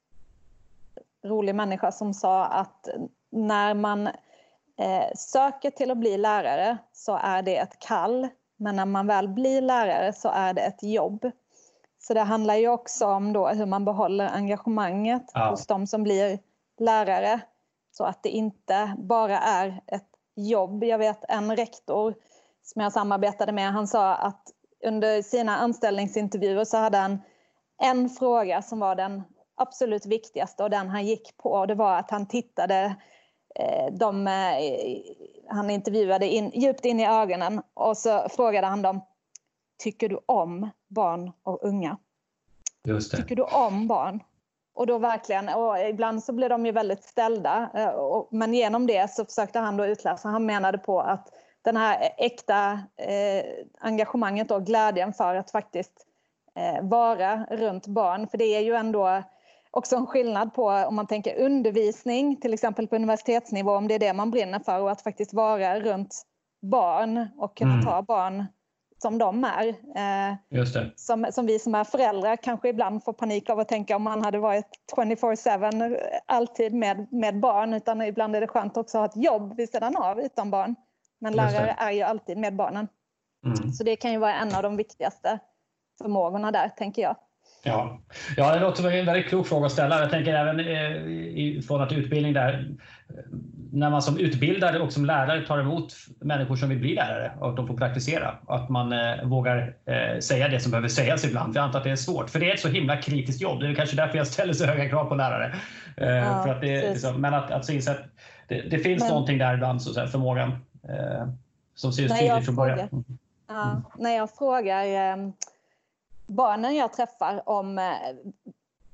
rolig människa som sa att när man eh, söker till att bli lärare så är det ett kall. Men när man väl blir lärare så är det ett jobb. Så det handlar ju också om då hur man behåller engagemanget ja. hos de som blir lärare. Så att det inte bara är ett jobb. Jag vet en rektor som jag samarbetade med, han sa att under sina anställningsintervjuer så hade han en fråga som var den absolut viktigaste och den han gick på. Och det var att han tittade eh, de eh, han intervjuade in, djupt in i ögonen och så frågade han dem: tycker du om barn och unga? Just det. Tycker du om barn? Och då verkligen, och ibland så blev de ju väldigt ställda. Men genom det så försökte han då utläsa. Han menade på att den här äkta eh, engagemanget och glädjen för att faktiskt eh, vara runt barn. För det är ju ändå också en skillnad på om man tänker undervisning, till exempel på universitetsnivå, om det är det man brinner för. Och att faktiskt vara runt barn och kunna mm. ta barn som de är. Eh, Just det. Som, som vi som är föräldrar kanske ibland får panik av att tänka om man hade varit tjugofyra sju alltid med, med barn. Utan ibland är det skönt också att ha ett jobb vid sidan av utan barn. Men lärare är ju alltid med barnen. Mm. Så det kan ju vara en av de viktigaste förmågorna där, tänker jag. Ja, ja det låter som en väldigt klok fråga att ställa. Jag tänker även eh, från att utbildning där, när man som utbildare och som lärare tar emot människor som vill bli lärare och de får praktisera, att man eh, vågar eh, säga det som behöver sägas ibland. Jag antar att det är svårt, för det är ett så himla kritiskt jobb. Det är kanske därför jag ställer så höga krav på lärare. Eh, ja, för att det, liksom, men att, att se att det, det finns men, någonting där ibland, så, så här, förmågan eh, som ser tydligt från början. Mm. Ja, när jag frågar eh, barnen jag träffar om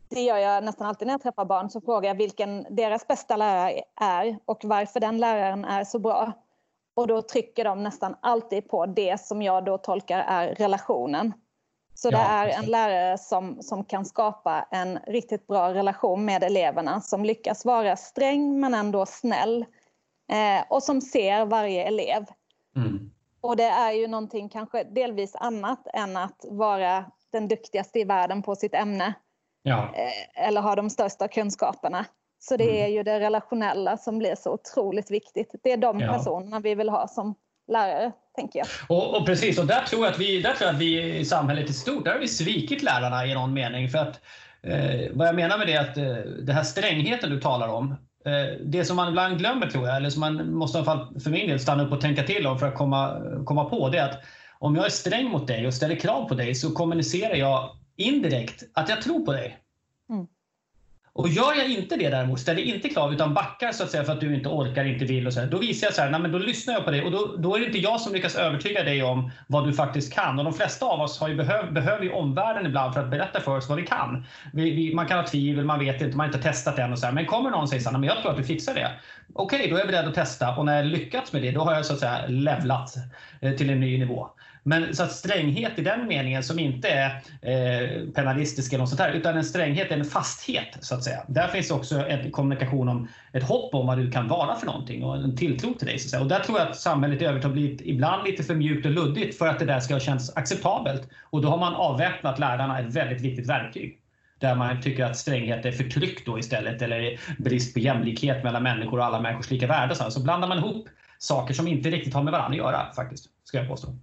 det gör jag nästan alltid när jag träffar barn, så frågar jag vilken deras bästa lärare är och varför den läraren är så bra. Och då trycker de nästan alltid på det som jag då tolkar är relationen. Så det ja, är en lärare som, som kan skapa en riktigt bra relation med eleverna, som lyckas vara sträng men ändå snäll eh, och som ser varje elev. Mm. Och det är ju någonting kanske delvis annat än att vara den duktigaste i världen på sitt ämne. Ja. Eh, eller ha de största kunskaperna. Så det mm. är ju det relationella som blir så otroligt viktigt. Det är de ja. personerna vi vill ha som lärare, tänker jag. Och, och precis, och där tror jag att vi, där tror jag att vi i samhället i stort, där har vi svikit lärarna i någon mening. För att, eh, vad jag menar med det är att eh, det här strängheten du talar om, eh, det som man ibland glömmer tror jag, eller som man måste i alla fall för min del stanna upp och tänka till om för att komma, komma på, det är att om jag är sträng mot dig och ställer krav på dig, så kommunicerar jag indirekt att jag tror på dig. Mm. Och gör jag inte det däremot, ställer inte krav utan backar så att säga för att du inte orkar, inte vill och så här, då visar jag så här, nej men då lyssnar jag på dig och då, då är det inte jag som lyckas övertyga dig om vad du faktiskt kan. Och de flesta av oss har ju behöv, behöver ju omvärlden ibland för att berätta för oss vad vi kan. Vi, vi, man kan ha tvivel, man vet inte, man har inte testat än och så här, men kommer någon och säger så här, men jag tror att du fixar det. Okej, okay, då är jag beredd att testa, och när jag lyckats med det, då har jag så att säga levlat eh, till en ny nivå. Men så att stränghet i den meningen som inte är eh, penalistisk eller något sånt här, utan en stränghet är en fasthet så att säga. Där finns också en kommunikation om ett hopp om vad du kan vara för någonting och en tilltro till dig så att säga. Och där tror jag att samhället i övrigt har blivit ibland lite för mjukt och luddigt för att det där ska kännas acceptabelt. Och då har man avväpnat lärarna ett väldigt viktigt verktyg. Där man tycker att stränghet är förtryck då istället, eller brist på jämlikhet mellan människor och alla människors lika värde. Så, så blandar man ihop saker som inte riktigt har med varandra att göra faktiskt, ska jag påstå.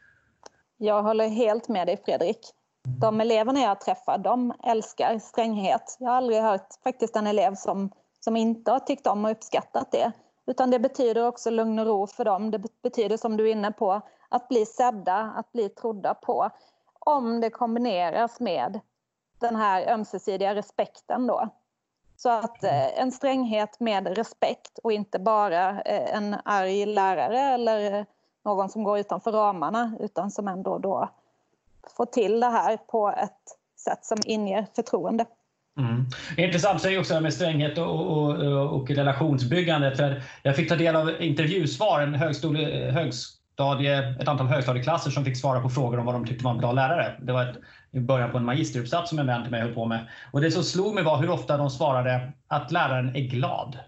Jag håller helt med dig, Fredrik. De eleverna jag träffar, de älskar stränghet. Jag har aldrig hört faktiskt en elev som, som inte har tyckt om och uppskattat det. Utan det betyder också lugn och ro för dem. Det betyder, som du är inne på, att bli sedda, att bli trodda på. Om det kombineras med den här ömsesidiga respekten då. Så att eh, en stränghet med respekt och inte bara eh, en arg lärare eller någon som går utanför ramarna, utan som ändå då får till det här på ett sätt som inger förtroende. Mm. Intressant säger också med stränghet och, och, och relationsbyggandet. För jag fick ta del av intervjusvar, en högstadie, högstadie, ett antal högstadieklasser som fick svara på frågor om vad de tyckte var en bra lärare. Det var ett, i början på en magisteruppsats som en vän till mig höll på med. Och det som slog mig var hur ofta de svarade att läraren är glad.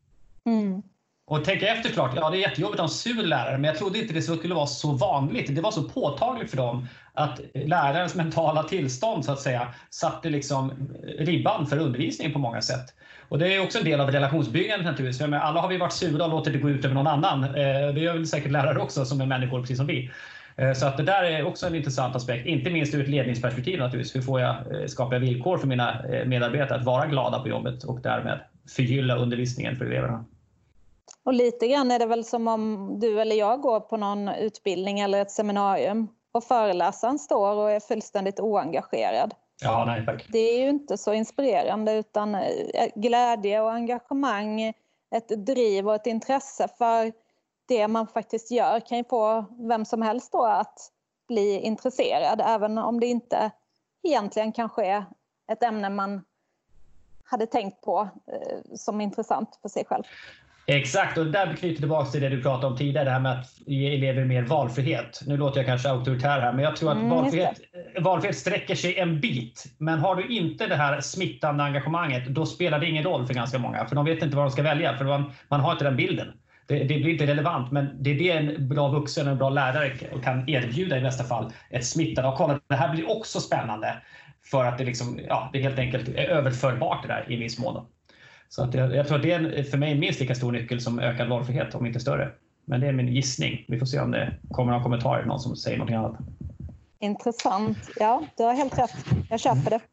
Mm. Och tänka efter klart, ja det är jättejobbigt att ha en sur lärare, men jag trodde inte det skulle vara så vanligt. Det var så påtagligt för dem att lärarens mentala tillstånd så att säga satte liksom ribban för undervisningen på många sätt. Och det är också en del av relationsbyggandet naturligtvis. För alla har vi varit sura och låter det gå ut över någon annan. Det gör väl säkert lärare också som är människor precis som vi. Så att det där är också en intressant aspekt, inte minst ur ett ledningsperspektiv naturligtvis. Hur får jag skapa villkor för mina medarbetare att vara glada på jobbet och därmed förgylla undervisningen för eleverna. Och lite grann är det väl som om du eller jag går på någon utbildning eller ett seminarium och föreläsaren står och är fullständigt oengagerad. Ja, nej tack. Det är ju inte så inspirerande, utan glädje och engagemang, ett driv och ett intresse för det man faktiskt gör kan ju få vem som helst då att bli intresserad, även om det inte egentligen kanske är ett ämne man hade tänkt på eh, som intressant för sig själv. Exakt, och där knyter tillbaka till det du pratade om tidigare, det här med att ge elever mer valfrihet. Nu låter jag kanske auktoritär här, men jag tror att mm, valfrihet, valfrihet sträcker sig en bit. Men har du inte det här smittande engagemanget, då spelar det ingen roll för ganska många. För de vet inte vad de ska välja, för man, man har inte den bilden. Det, det blir inte relevant, men det är det en bra vuxen och en bra lärare kan erbjuda i nästa fall. Ett smittande, och kolla, det här blir också spännande. För att det, liksom, ja, det helt enkelt är överförbart det där i viss mån. Så att jag, jag tror att det är för mig minst lika stor nyckel som ökad valfrihet, om inte större. Men det är min gissning. Vi får se om det kommer någon kommentar, någon som säger något annat. Intressant. Ja, du har helt rätt. Jag köper det.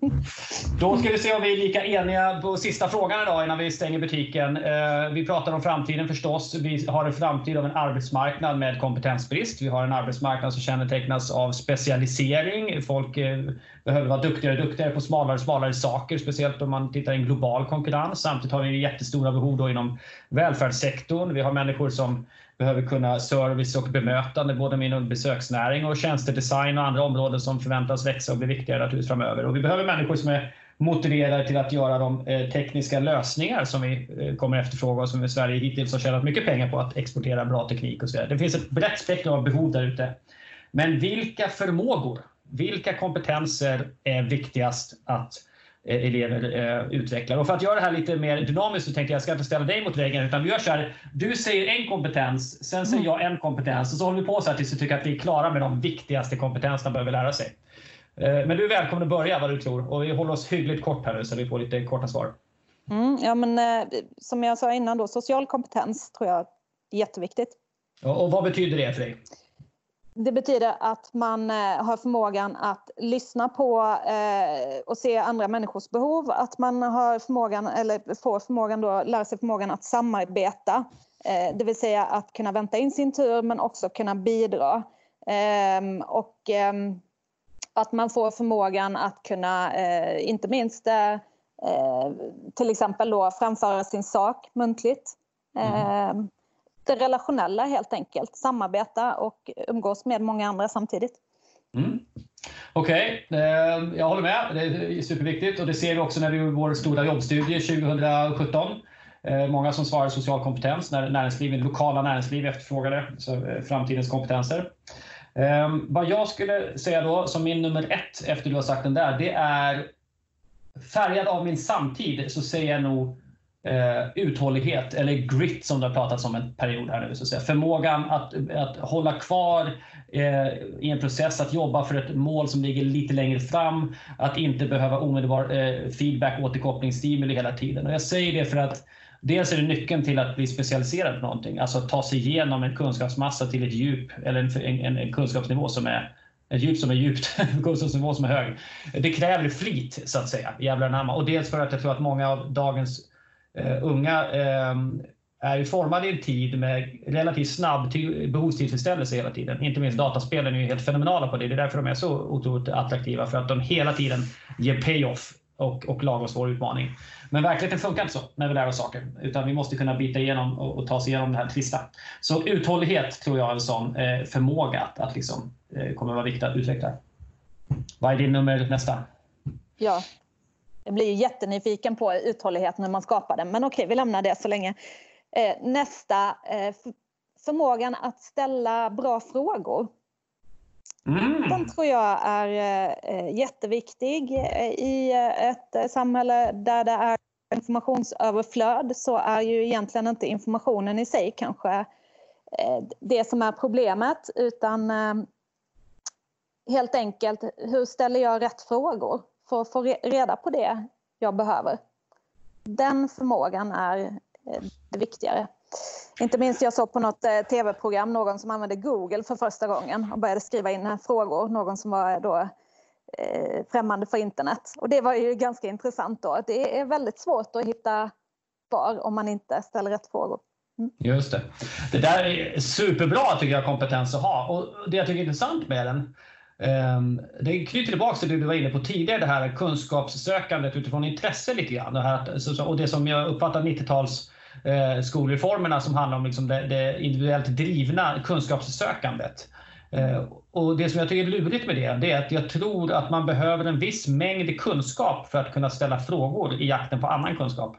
Då ska vi se om vi är lika eniga på sista frågan idag innan vi stänger butiken. Vi pratar om framtiden förstås. Vi har en framtid av en arbetsmarknad med kompetensbrist. Vi har en arbetsmarknad som kännetecknas av specialisering. Folk behöver vara duktigare och duktigare på smalare och smalare saker, speciellt om man tittar i en global konkurrens. Samtidigt har vi jättestora behov då inom välfärdssektorn. Vi har människor som behöver kunna service och bemötande både inom besöksnäring och tjänstedesign och andra områden som förväntas växa och bli viktigare naturligtvis framöver. Och vi behöver människor som är motiverade till att göra de eh, tekniska lösningar som vi eh, kommer efterfråga och som i Sverige hittills har tjänat mycket pengar på att exportera bra teknik och så vidare. Det finns ett brett spektrum av behov där ute. Men vilka förmågor, vilka kompetenser är viktigast att eh, elever eh, utvecklar? Och för att göra det här lite mer dynamiskt så tänkte jag, jag ska inte ställa dig mot väggen, utan vi gör så här, du säger en kompetens, sen säger jag en kompetens och så håller vi på så här tills vi tycker att vi är klara med de viktigaste kompetenserna behöver lära sig. Men du är välkommen att börja vad du tror, och vi håller oss hyggligt kort här nu så vi får lite korta svar. Mm, ja, men eh, som jag sa innan då, social kompetens tror jag är jätteviktigt. Och, och vad betyder det för dig? Det betyder att man eh, har förmågan att lyssna på eh, och se andra människors behov, att man har förmågan, eller får förmågan då, lära sig förmågan att samarbeta, eh, det vill säga att kunna vänta in sin tur men också kunna bidra. Eh, och eh, Att man får förmågan att kunna, eh, inte minst eh, till exempel då framföra sin sak muntligt. Eh, mm. Det relationella helt enkelt. Samarbeta och umgås med många andra samtidigt. Mm. Okej, okay. eh, jag håller med. Det är superviktigt och det ser vi också när vi gör vår stora jobbstudie tjugohundrasjutton. Eh, många som svarar social kompetens när näringslivet, lokala näringsliv efterfrågade så, eh, framtidens kompetenser. Um, vad jag skulle säga då som min nummer ett efter du har sagt den där, det är färgad av min samtid, så säger jag nog uh, uthållighet eller grit som det har pratats om en period här nu, så att säga. Förmågan att, att hålla kvar uh, i en process, att jobba för ett mål som ligger lite längre fram, att inte behöva omedelbar uh, feedback, återkoppling, stimuli hela tiden. Och jag säger det för att dels är det nyckeln till att bli specialiserad på någonting, alltså att ta sig igenom en kunskapsmassa till ett djup eller en, en, en kunskapsnivå som är ett djup som är djupt, en kunskapsnivå som är hög. Det kräver flit så att säga, jävlar namma. Och dels för att jag tror att många av dagens uh, unga uh, är formade i en tid med relativt snabb behovstillfredsställelse hela tiden. Inte minst dataspelen är ju helt fenomenala på det. Det är därför de är så otroligt attraktiva, för att de hela tiden ger payoff och, och lagar oss vår utmaning. Men verkligheten funkar inte så när vi lär oss saker, utan vi måste kunna bita igenom och, och ta sig igenom det här trista. Så uthållighet tror jag är en sån eh, förmåga att, att liksom, eh, kommer vara viktigt att utveckla. Vad är din nummer nästa? Ja, jag blir jättenyfiken på uthållighet när man skapar den, men okej, vi lämnar det så länge. Eh, nästa, eh, förmågan att ställa bra frågor. Mm. Den tror jag är eh, jätteviktig. I ett samhälle där det är informationsöverflöd så är ju egentligen inte informationen i sig kanske eh, det som är problemet, utan eh, helt enkelt hur ställer jag rätt frågor för att få reda på det jag behöver. Den förmågan är eh, det viktigare. Inte minst jag såg på något eh, tv-program någon som använde Google för första gången och började skriva in frågor. Någon som var då eh, främmande för internet. Och det var ju ganska intressant då. Det är väldigt svårt att hitta svar om man inte ställer rätt frågor. Mm. Just det. Det där är superbra tycker jag, kompetens att ha. Och det jag tycker är intressant med den, um, det knyter tillbaka till det du var inne på tidigare, det här kunskapssökandet utifrån intresse lite grann. Det här, och det som jag uppfattar nittio-tals Eh, skolreformerna som handlar om liksom det, det individuellt drivna kunskapssökandet. Eh, och det som jag tycker är lurigt med det, det är att jag tror att man behöver en viss mängd kunskap för att kunna ställa frågor i jakten på annan kunskap.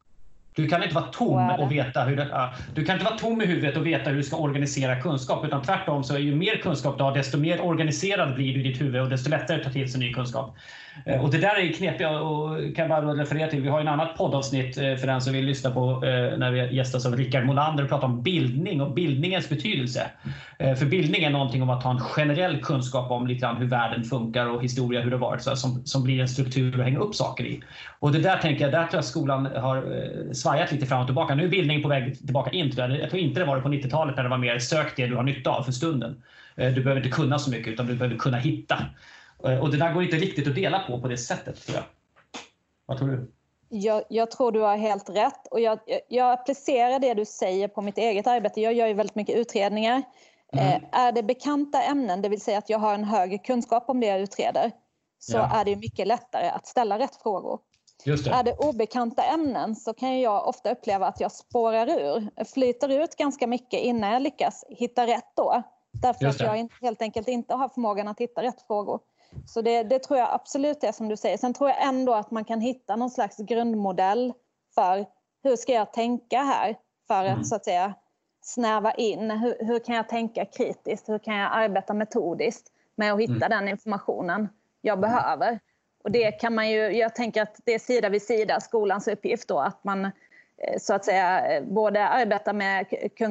Du kan inte vara tom och veta hur det, uh, du kan inte vara tom i huvudet och veta hur du ska organisera kunskap, utan tvärtom så är ju mer kunskap du har, desto mer organiserad blir du i ditt huvud och desto lättare ta till sig ny kunskap. Uh, och det där är knepigt och kan bara referera till. Vi har en annat poddavsnitt uh, för den som vill lyssna på uh, när vi gästas av Rickard Molander och pratar om bildning och bildningens betydelse. Uh, för bildning är någonting om att ha en generell kunskap om lite grann hur världen funkar och historia, hur det varit, så, som, som blir en struktur att hänga upp saker i. Och det där tänker jag, där tror jag skolan har uh, svajat lite fram och tillbaka. Nu är bildning på väg tillbaka in. Jag tror inte det var det på nittio-talet när det var mer sök det du har nytta av för stunden. Du behöver inte kunna så mycket utan du behöver kunna hitta. Och det där går inte riktigt att dela på på det sättet, tror jag. Vad tror du? Jag, jag tror du har helt rätt. Och jag, jag applicerar det du säger på mitt eget arbete. Jag gör ju väldigt mycket utredningar. Mm. Eh, är det bekanta ämnen, det vill säga att jag har en högre kunskap om det jag utreder, så ja. är det mycket lättare att ställa rätt frågor. Just det. Är det obekanta ämnen så kan jag ofta uppleva att jag spårar ur, flyter ut ganska mycket innan jag lyckas hitta rätt då. Därför att jag helt enkelt inte har förmågan att hitta rätt frågor. Så det, det tror jag absolut är som du säger. Sen tror jag ändå att man kan hitta någon slags grundmodell för hur ska jag tänka här för att, mm. så att säga, snäva in. Hur, hur kan jag tänka kritiskt? Hur kan jag arbeta metodiskt med att hitta mm. den informationen jag behöver? Och det kan man ju, jag tänker att det är sida vid sida skolans uppgift då, att man så att säga både arbetar med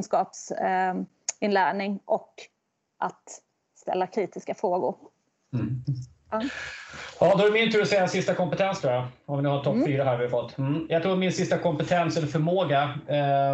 kunskapsinlärning och att ställa kritiska frågor. Mm. Ja. Ja, då är det min tur att säga sista kompetens tror jag. Om vi nu har topp mm. fyra här vi har fått. Mm. Jag tror min sista kompetens eller förmåga eh,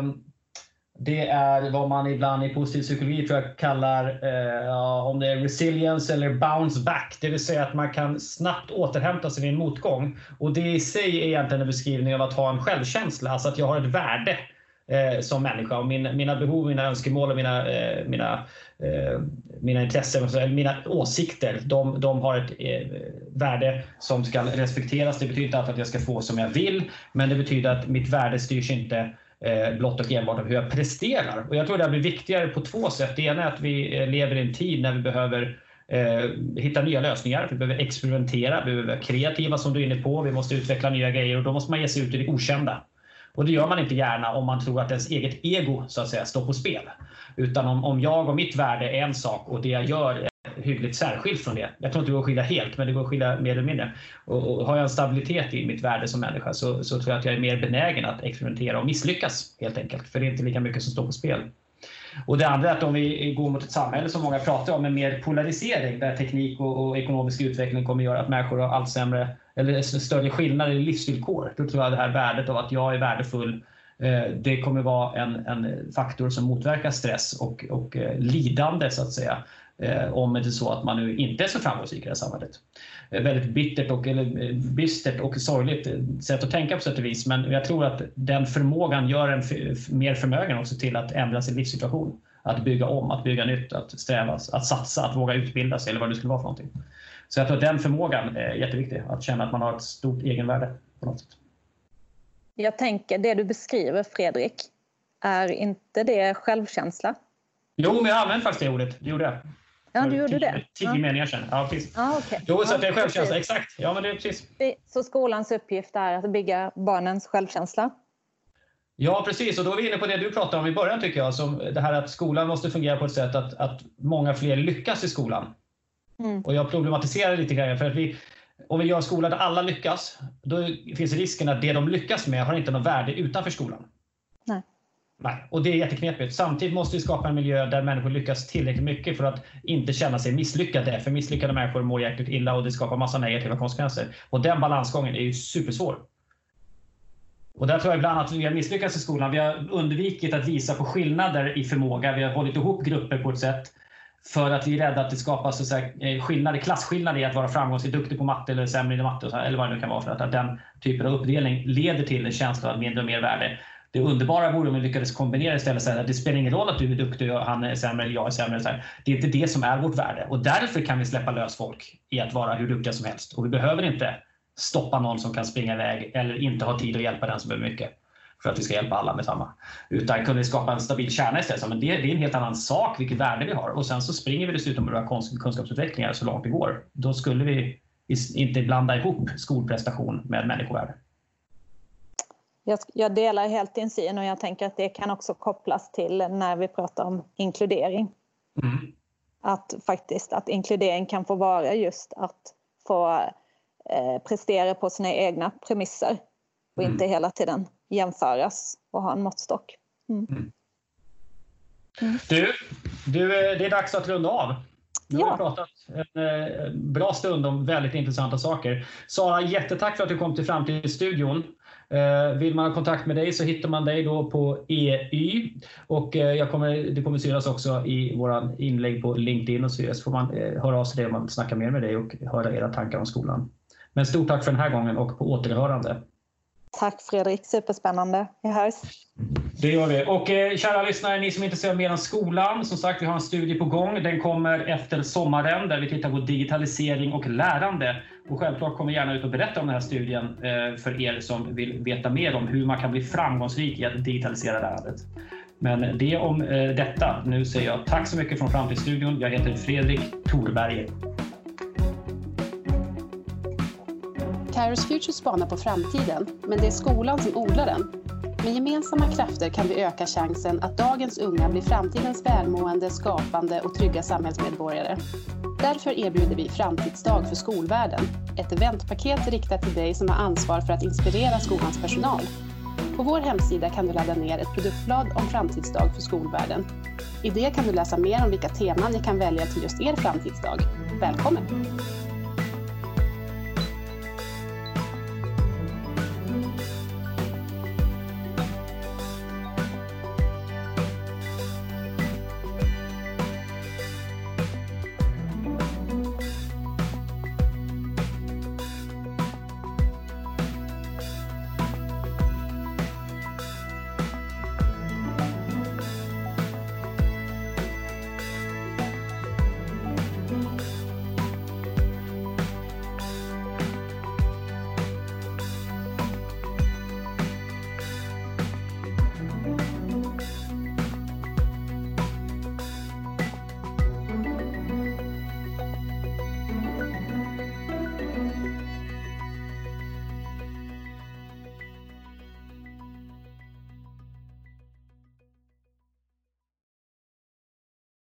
det är vad man ibland i positiv psykologi tror jag kallar eh, ja, om det är resilience eller bounce back. Det vill säga att man kan snabbt återhämta sig vid en motgång. Och det i sig är egentligen en beskrivning av att ha en självkänsla. Alltså att jag har ett värde eh, som människa. Och min, mina behov, mina önskemål och mina, eh, mina, eh, mina intressen, eller mina åsikter, de, de har ett eh, värde som ska respekteras. Det betyder inte att jag ska få som jag vill. Men det betyder att mitt värde styrs inte blott och enbart av hur jag presterar. Och jag tror det blir viktigare på två sätt. Det ena är att vi lever i en tid när vi behöver eh, hitta nya lösningar. Vi behöver experimentera, vi behöver vara kreativa som du är inne på. Vi måste utveckla nya grejer och då måste man ge sig ut i det okända. Och det gör man inte gärna om man tror att ens eget ego så att säga står på spel. Utan om, om jag och mitt värde är en sak och det jag gör är hyggligt särskilt från det. Jag tror inte det går att skilja helt, men det går att skilja mer eller mindre. Och, och har jag en stabilitet i mitt värde som människa så, så tror jag att jag är mer benägen att experimentera och misslyckas helt enkelt. För det är inte lika mycket som står på spel. Och det andra är att om vi går mot ett samhälle som många pratar om med mer polarisering där teknik och, och ekonomisk utveckling kommer att göra att människor har allt sämre eller större skillnader i livsvillkor. Då tror jag det här värdet av att jag är värdefull, det kommer vara en, en faktor som motverkar stress och, och lidande så att säga. Om det är så att man nu inte är så framgångsrik i det här samhället. Väldigt bittert och, eller, bystert och sorgligt sätt att tänka på sätt och vis. Men jag tror att den förmågan gör en f- mer förmögen också till att ändra sin livssituation. Att bygga om, att bygga nytt, att sträva, att satsa, att våga utbilda sig eller vad det skulle vara för någonting. Så jag tror att den förmågan är jätteviktig. Att känna att man har ett stort egenvärde på något sätt. Jag tänker, det du beskriver Fredrik, är inte det självkänsla? Jo, men jag använder faktiskt det ordet. Det gjorde jag. Ja, du gjorde det. Tio ja. meningar sedan. Ja, precis. Ah, okay. Jo, så ja, att det är självkänsla. Precis. Exakt. Ja, men det är precis. Så skolans uppgift är att bygga barnens självkänsla? Ja, precis. Och då är vi inne på det du pratade om i början tycker jag. Som det här att skolan måste fungera på ett sätt att, att många fler lyckas i skolan. Mm. Och jag problematiserar lite grann för att vi, om vi gör skolan där alla lyckas, då finns risken att det de lyckas med har inte något värde utanför skolan. Nej. Nej, och det är jätteknepigt. Samtidigt måste vi skapa en miljö där människor lyckas tillräckligt mycket för att inte känna sig misslyckade. För misslyckade människor mår jäkligt illa och det skapar massa negativa konsekvenser. Och den balansgången är ju supersvår. Och där tror jag ibland att vi har misslyckats i skolan. Vi har undvikit att visa på skillnader i förmåga. Vi har hållit ihop grupper på ett sätt för att vi är rädda att det skapas så säga, skillnader, klasskillnader i att vara framgångsrik, duktig på matte eller sämre i matte och så här, eller vad det nu kan vara. För att, att den typen av uppdelning leder till en känsla av mindre och mer värde. Det underbara vore om vi lyckades kombinera istället så att det spelar ingen roll att du är duktig och han är sämre eller jag är sämre. Så här. Det är inte det som är vårt värde. Och därför kan vi släppa lös folk i att vara hur duktiga som helst. Och vi behöver inte stoppa någon som kan springa iväg eller inte ha tid att hjälpa den som behöver mycket. För att vi ska hjälpa alla med samma. Utan kunde vi skapa en stabil kärna istället. Men det, det är en helt annan sak vilket värde vi har. Och sen så springer vi dessutom med våra kunskapsutvecklingar så långt det går. Då skulle vi inte blanda ihop skolprestation med människovärde. Jag, jag delar helt din syn och jag tänker att det kan också kopplas till när vi pratar om inkludering. Mm. Att faktiskt att inkludering kan få vara just att få eh, prestera på sina egna premisser och mm. inte hela tiden jämföras och ha en måttstock. Mm. Mm. Mm. Du, du, det är dags att runda av. Nu har vi pratat en bra stund om väldigt intressanta saker. Sara, jättetack för att du kom till Framtidsstudion. Vill man ha kontakt med dig så hittar man dig då på E Y. Och jag kommer, det kommer synas också i våra inlägg på LinkedIn och så, så får man höra av sig det om man vill snacka mer med dig och höra era tankar om skolan. Men stort tack för den här gången och på återhörande. Tack Fredrik, superspännande. Vi hörs. Det gör vi. Och eh, kära lyssnare, ni som är intresserade mer om skolan, som sagt vi har en studie på gång. Den kommer efter sommaren där vi tittar på digitalisering och lärande. Och självklart kommer vi gärna ut och berätta om den här studien eh, för er som vill veta mer om hur man kan bli framgångsrik i att digitalisera lärandet. Men det om eh, detta. Nu säger jag tack så mycket från Framtidsstudion. Jag heter Fredrik Thorberger. Kairos Future spanar på framtiden, men det är skolan som odlar den. Med gemensamma krafter kan vi öka chansen att dagens unga blir framtidens välmående, skapande och trygga samhällsmedborgare. Därför erbjuder vi Framtidsdag för skolvärlden, ett eventpaket riktat till dig som har ansvar för att inspirera skolans personal. På vår hemsida kan du ladda ner ett produktblad om Framtidsdag för skolvärlden. I det kan du läsa mer om vilka teman ni kan välja till just er framtidsdag. Välkommen!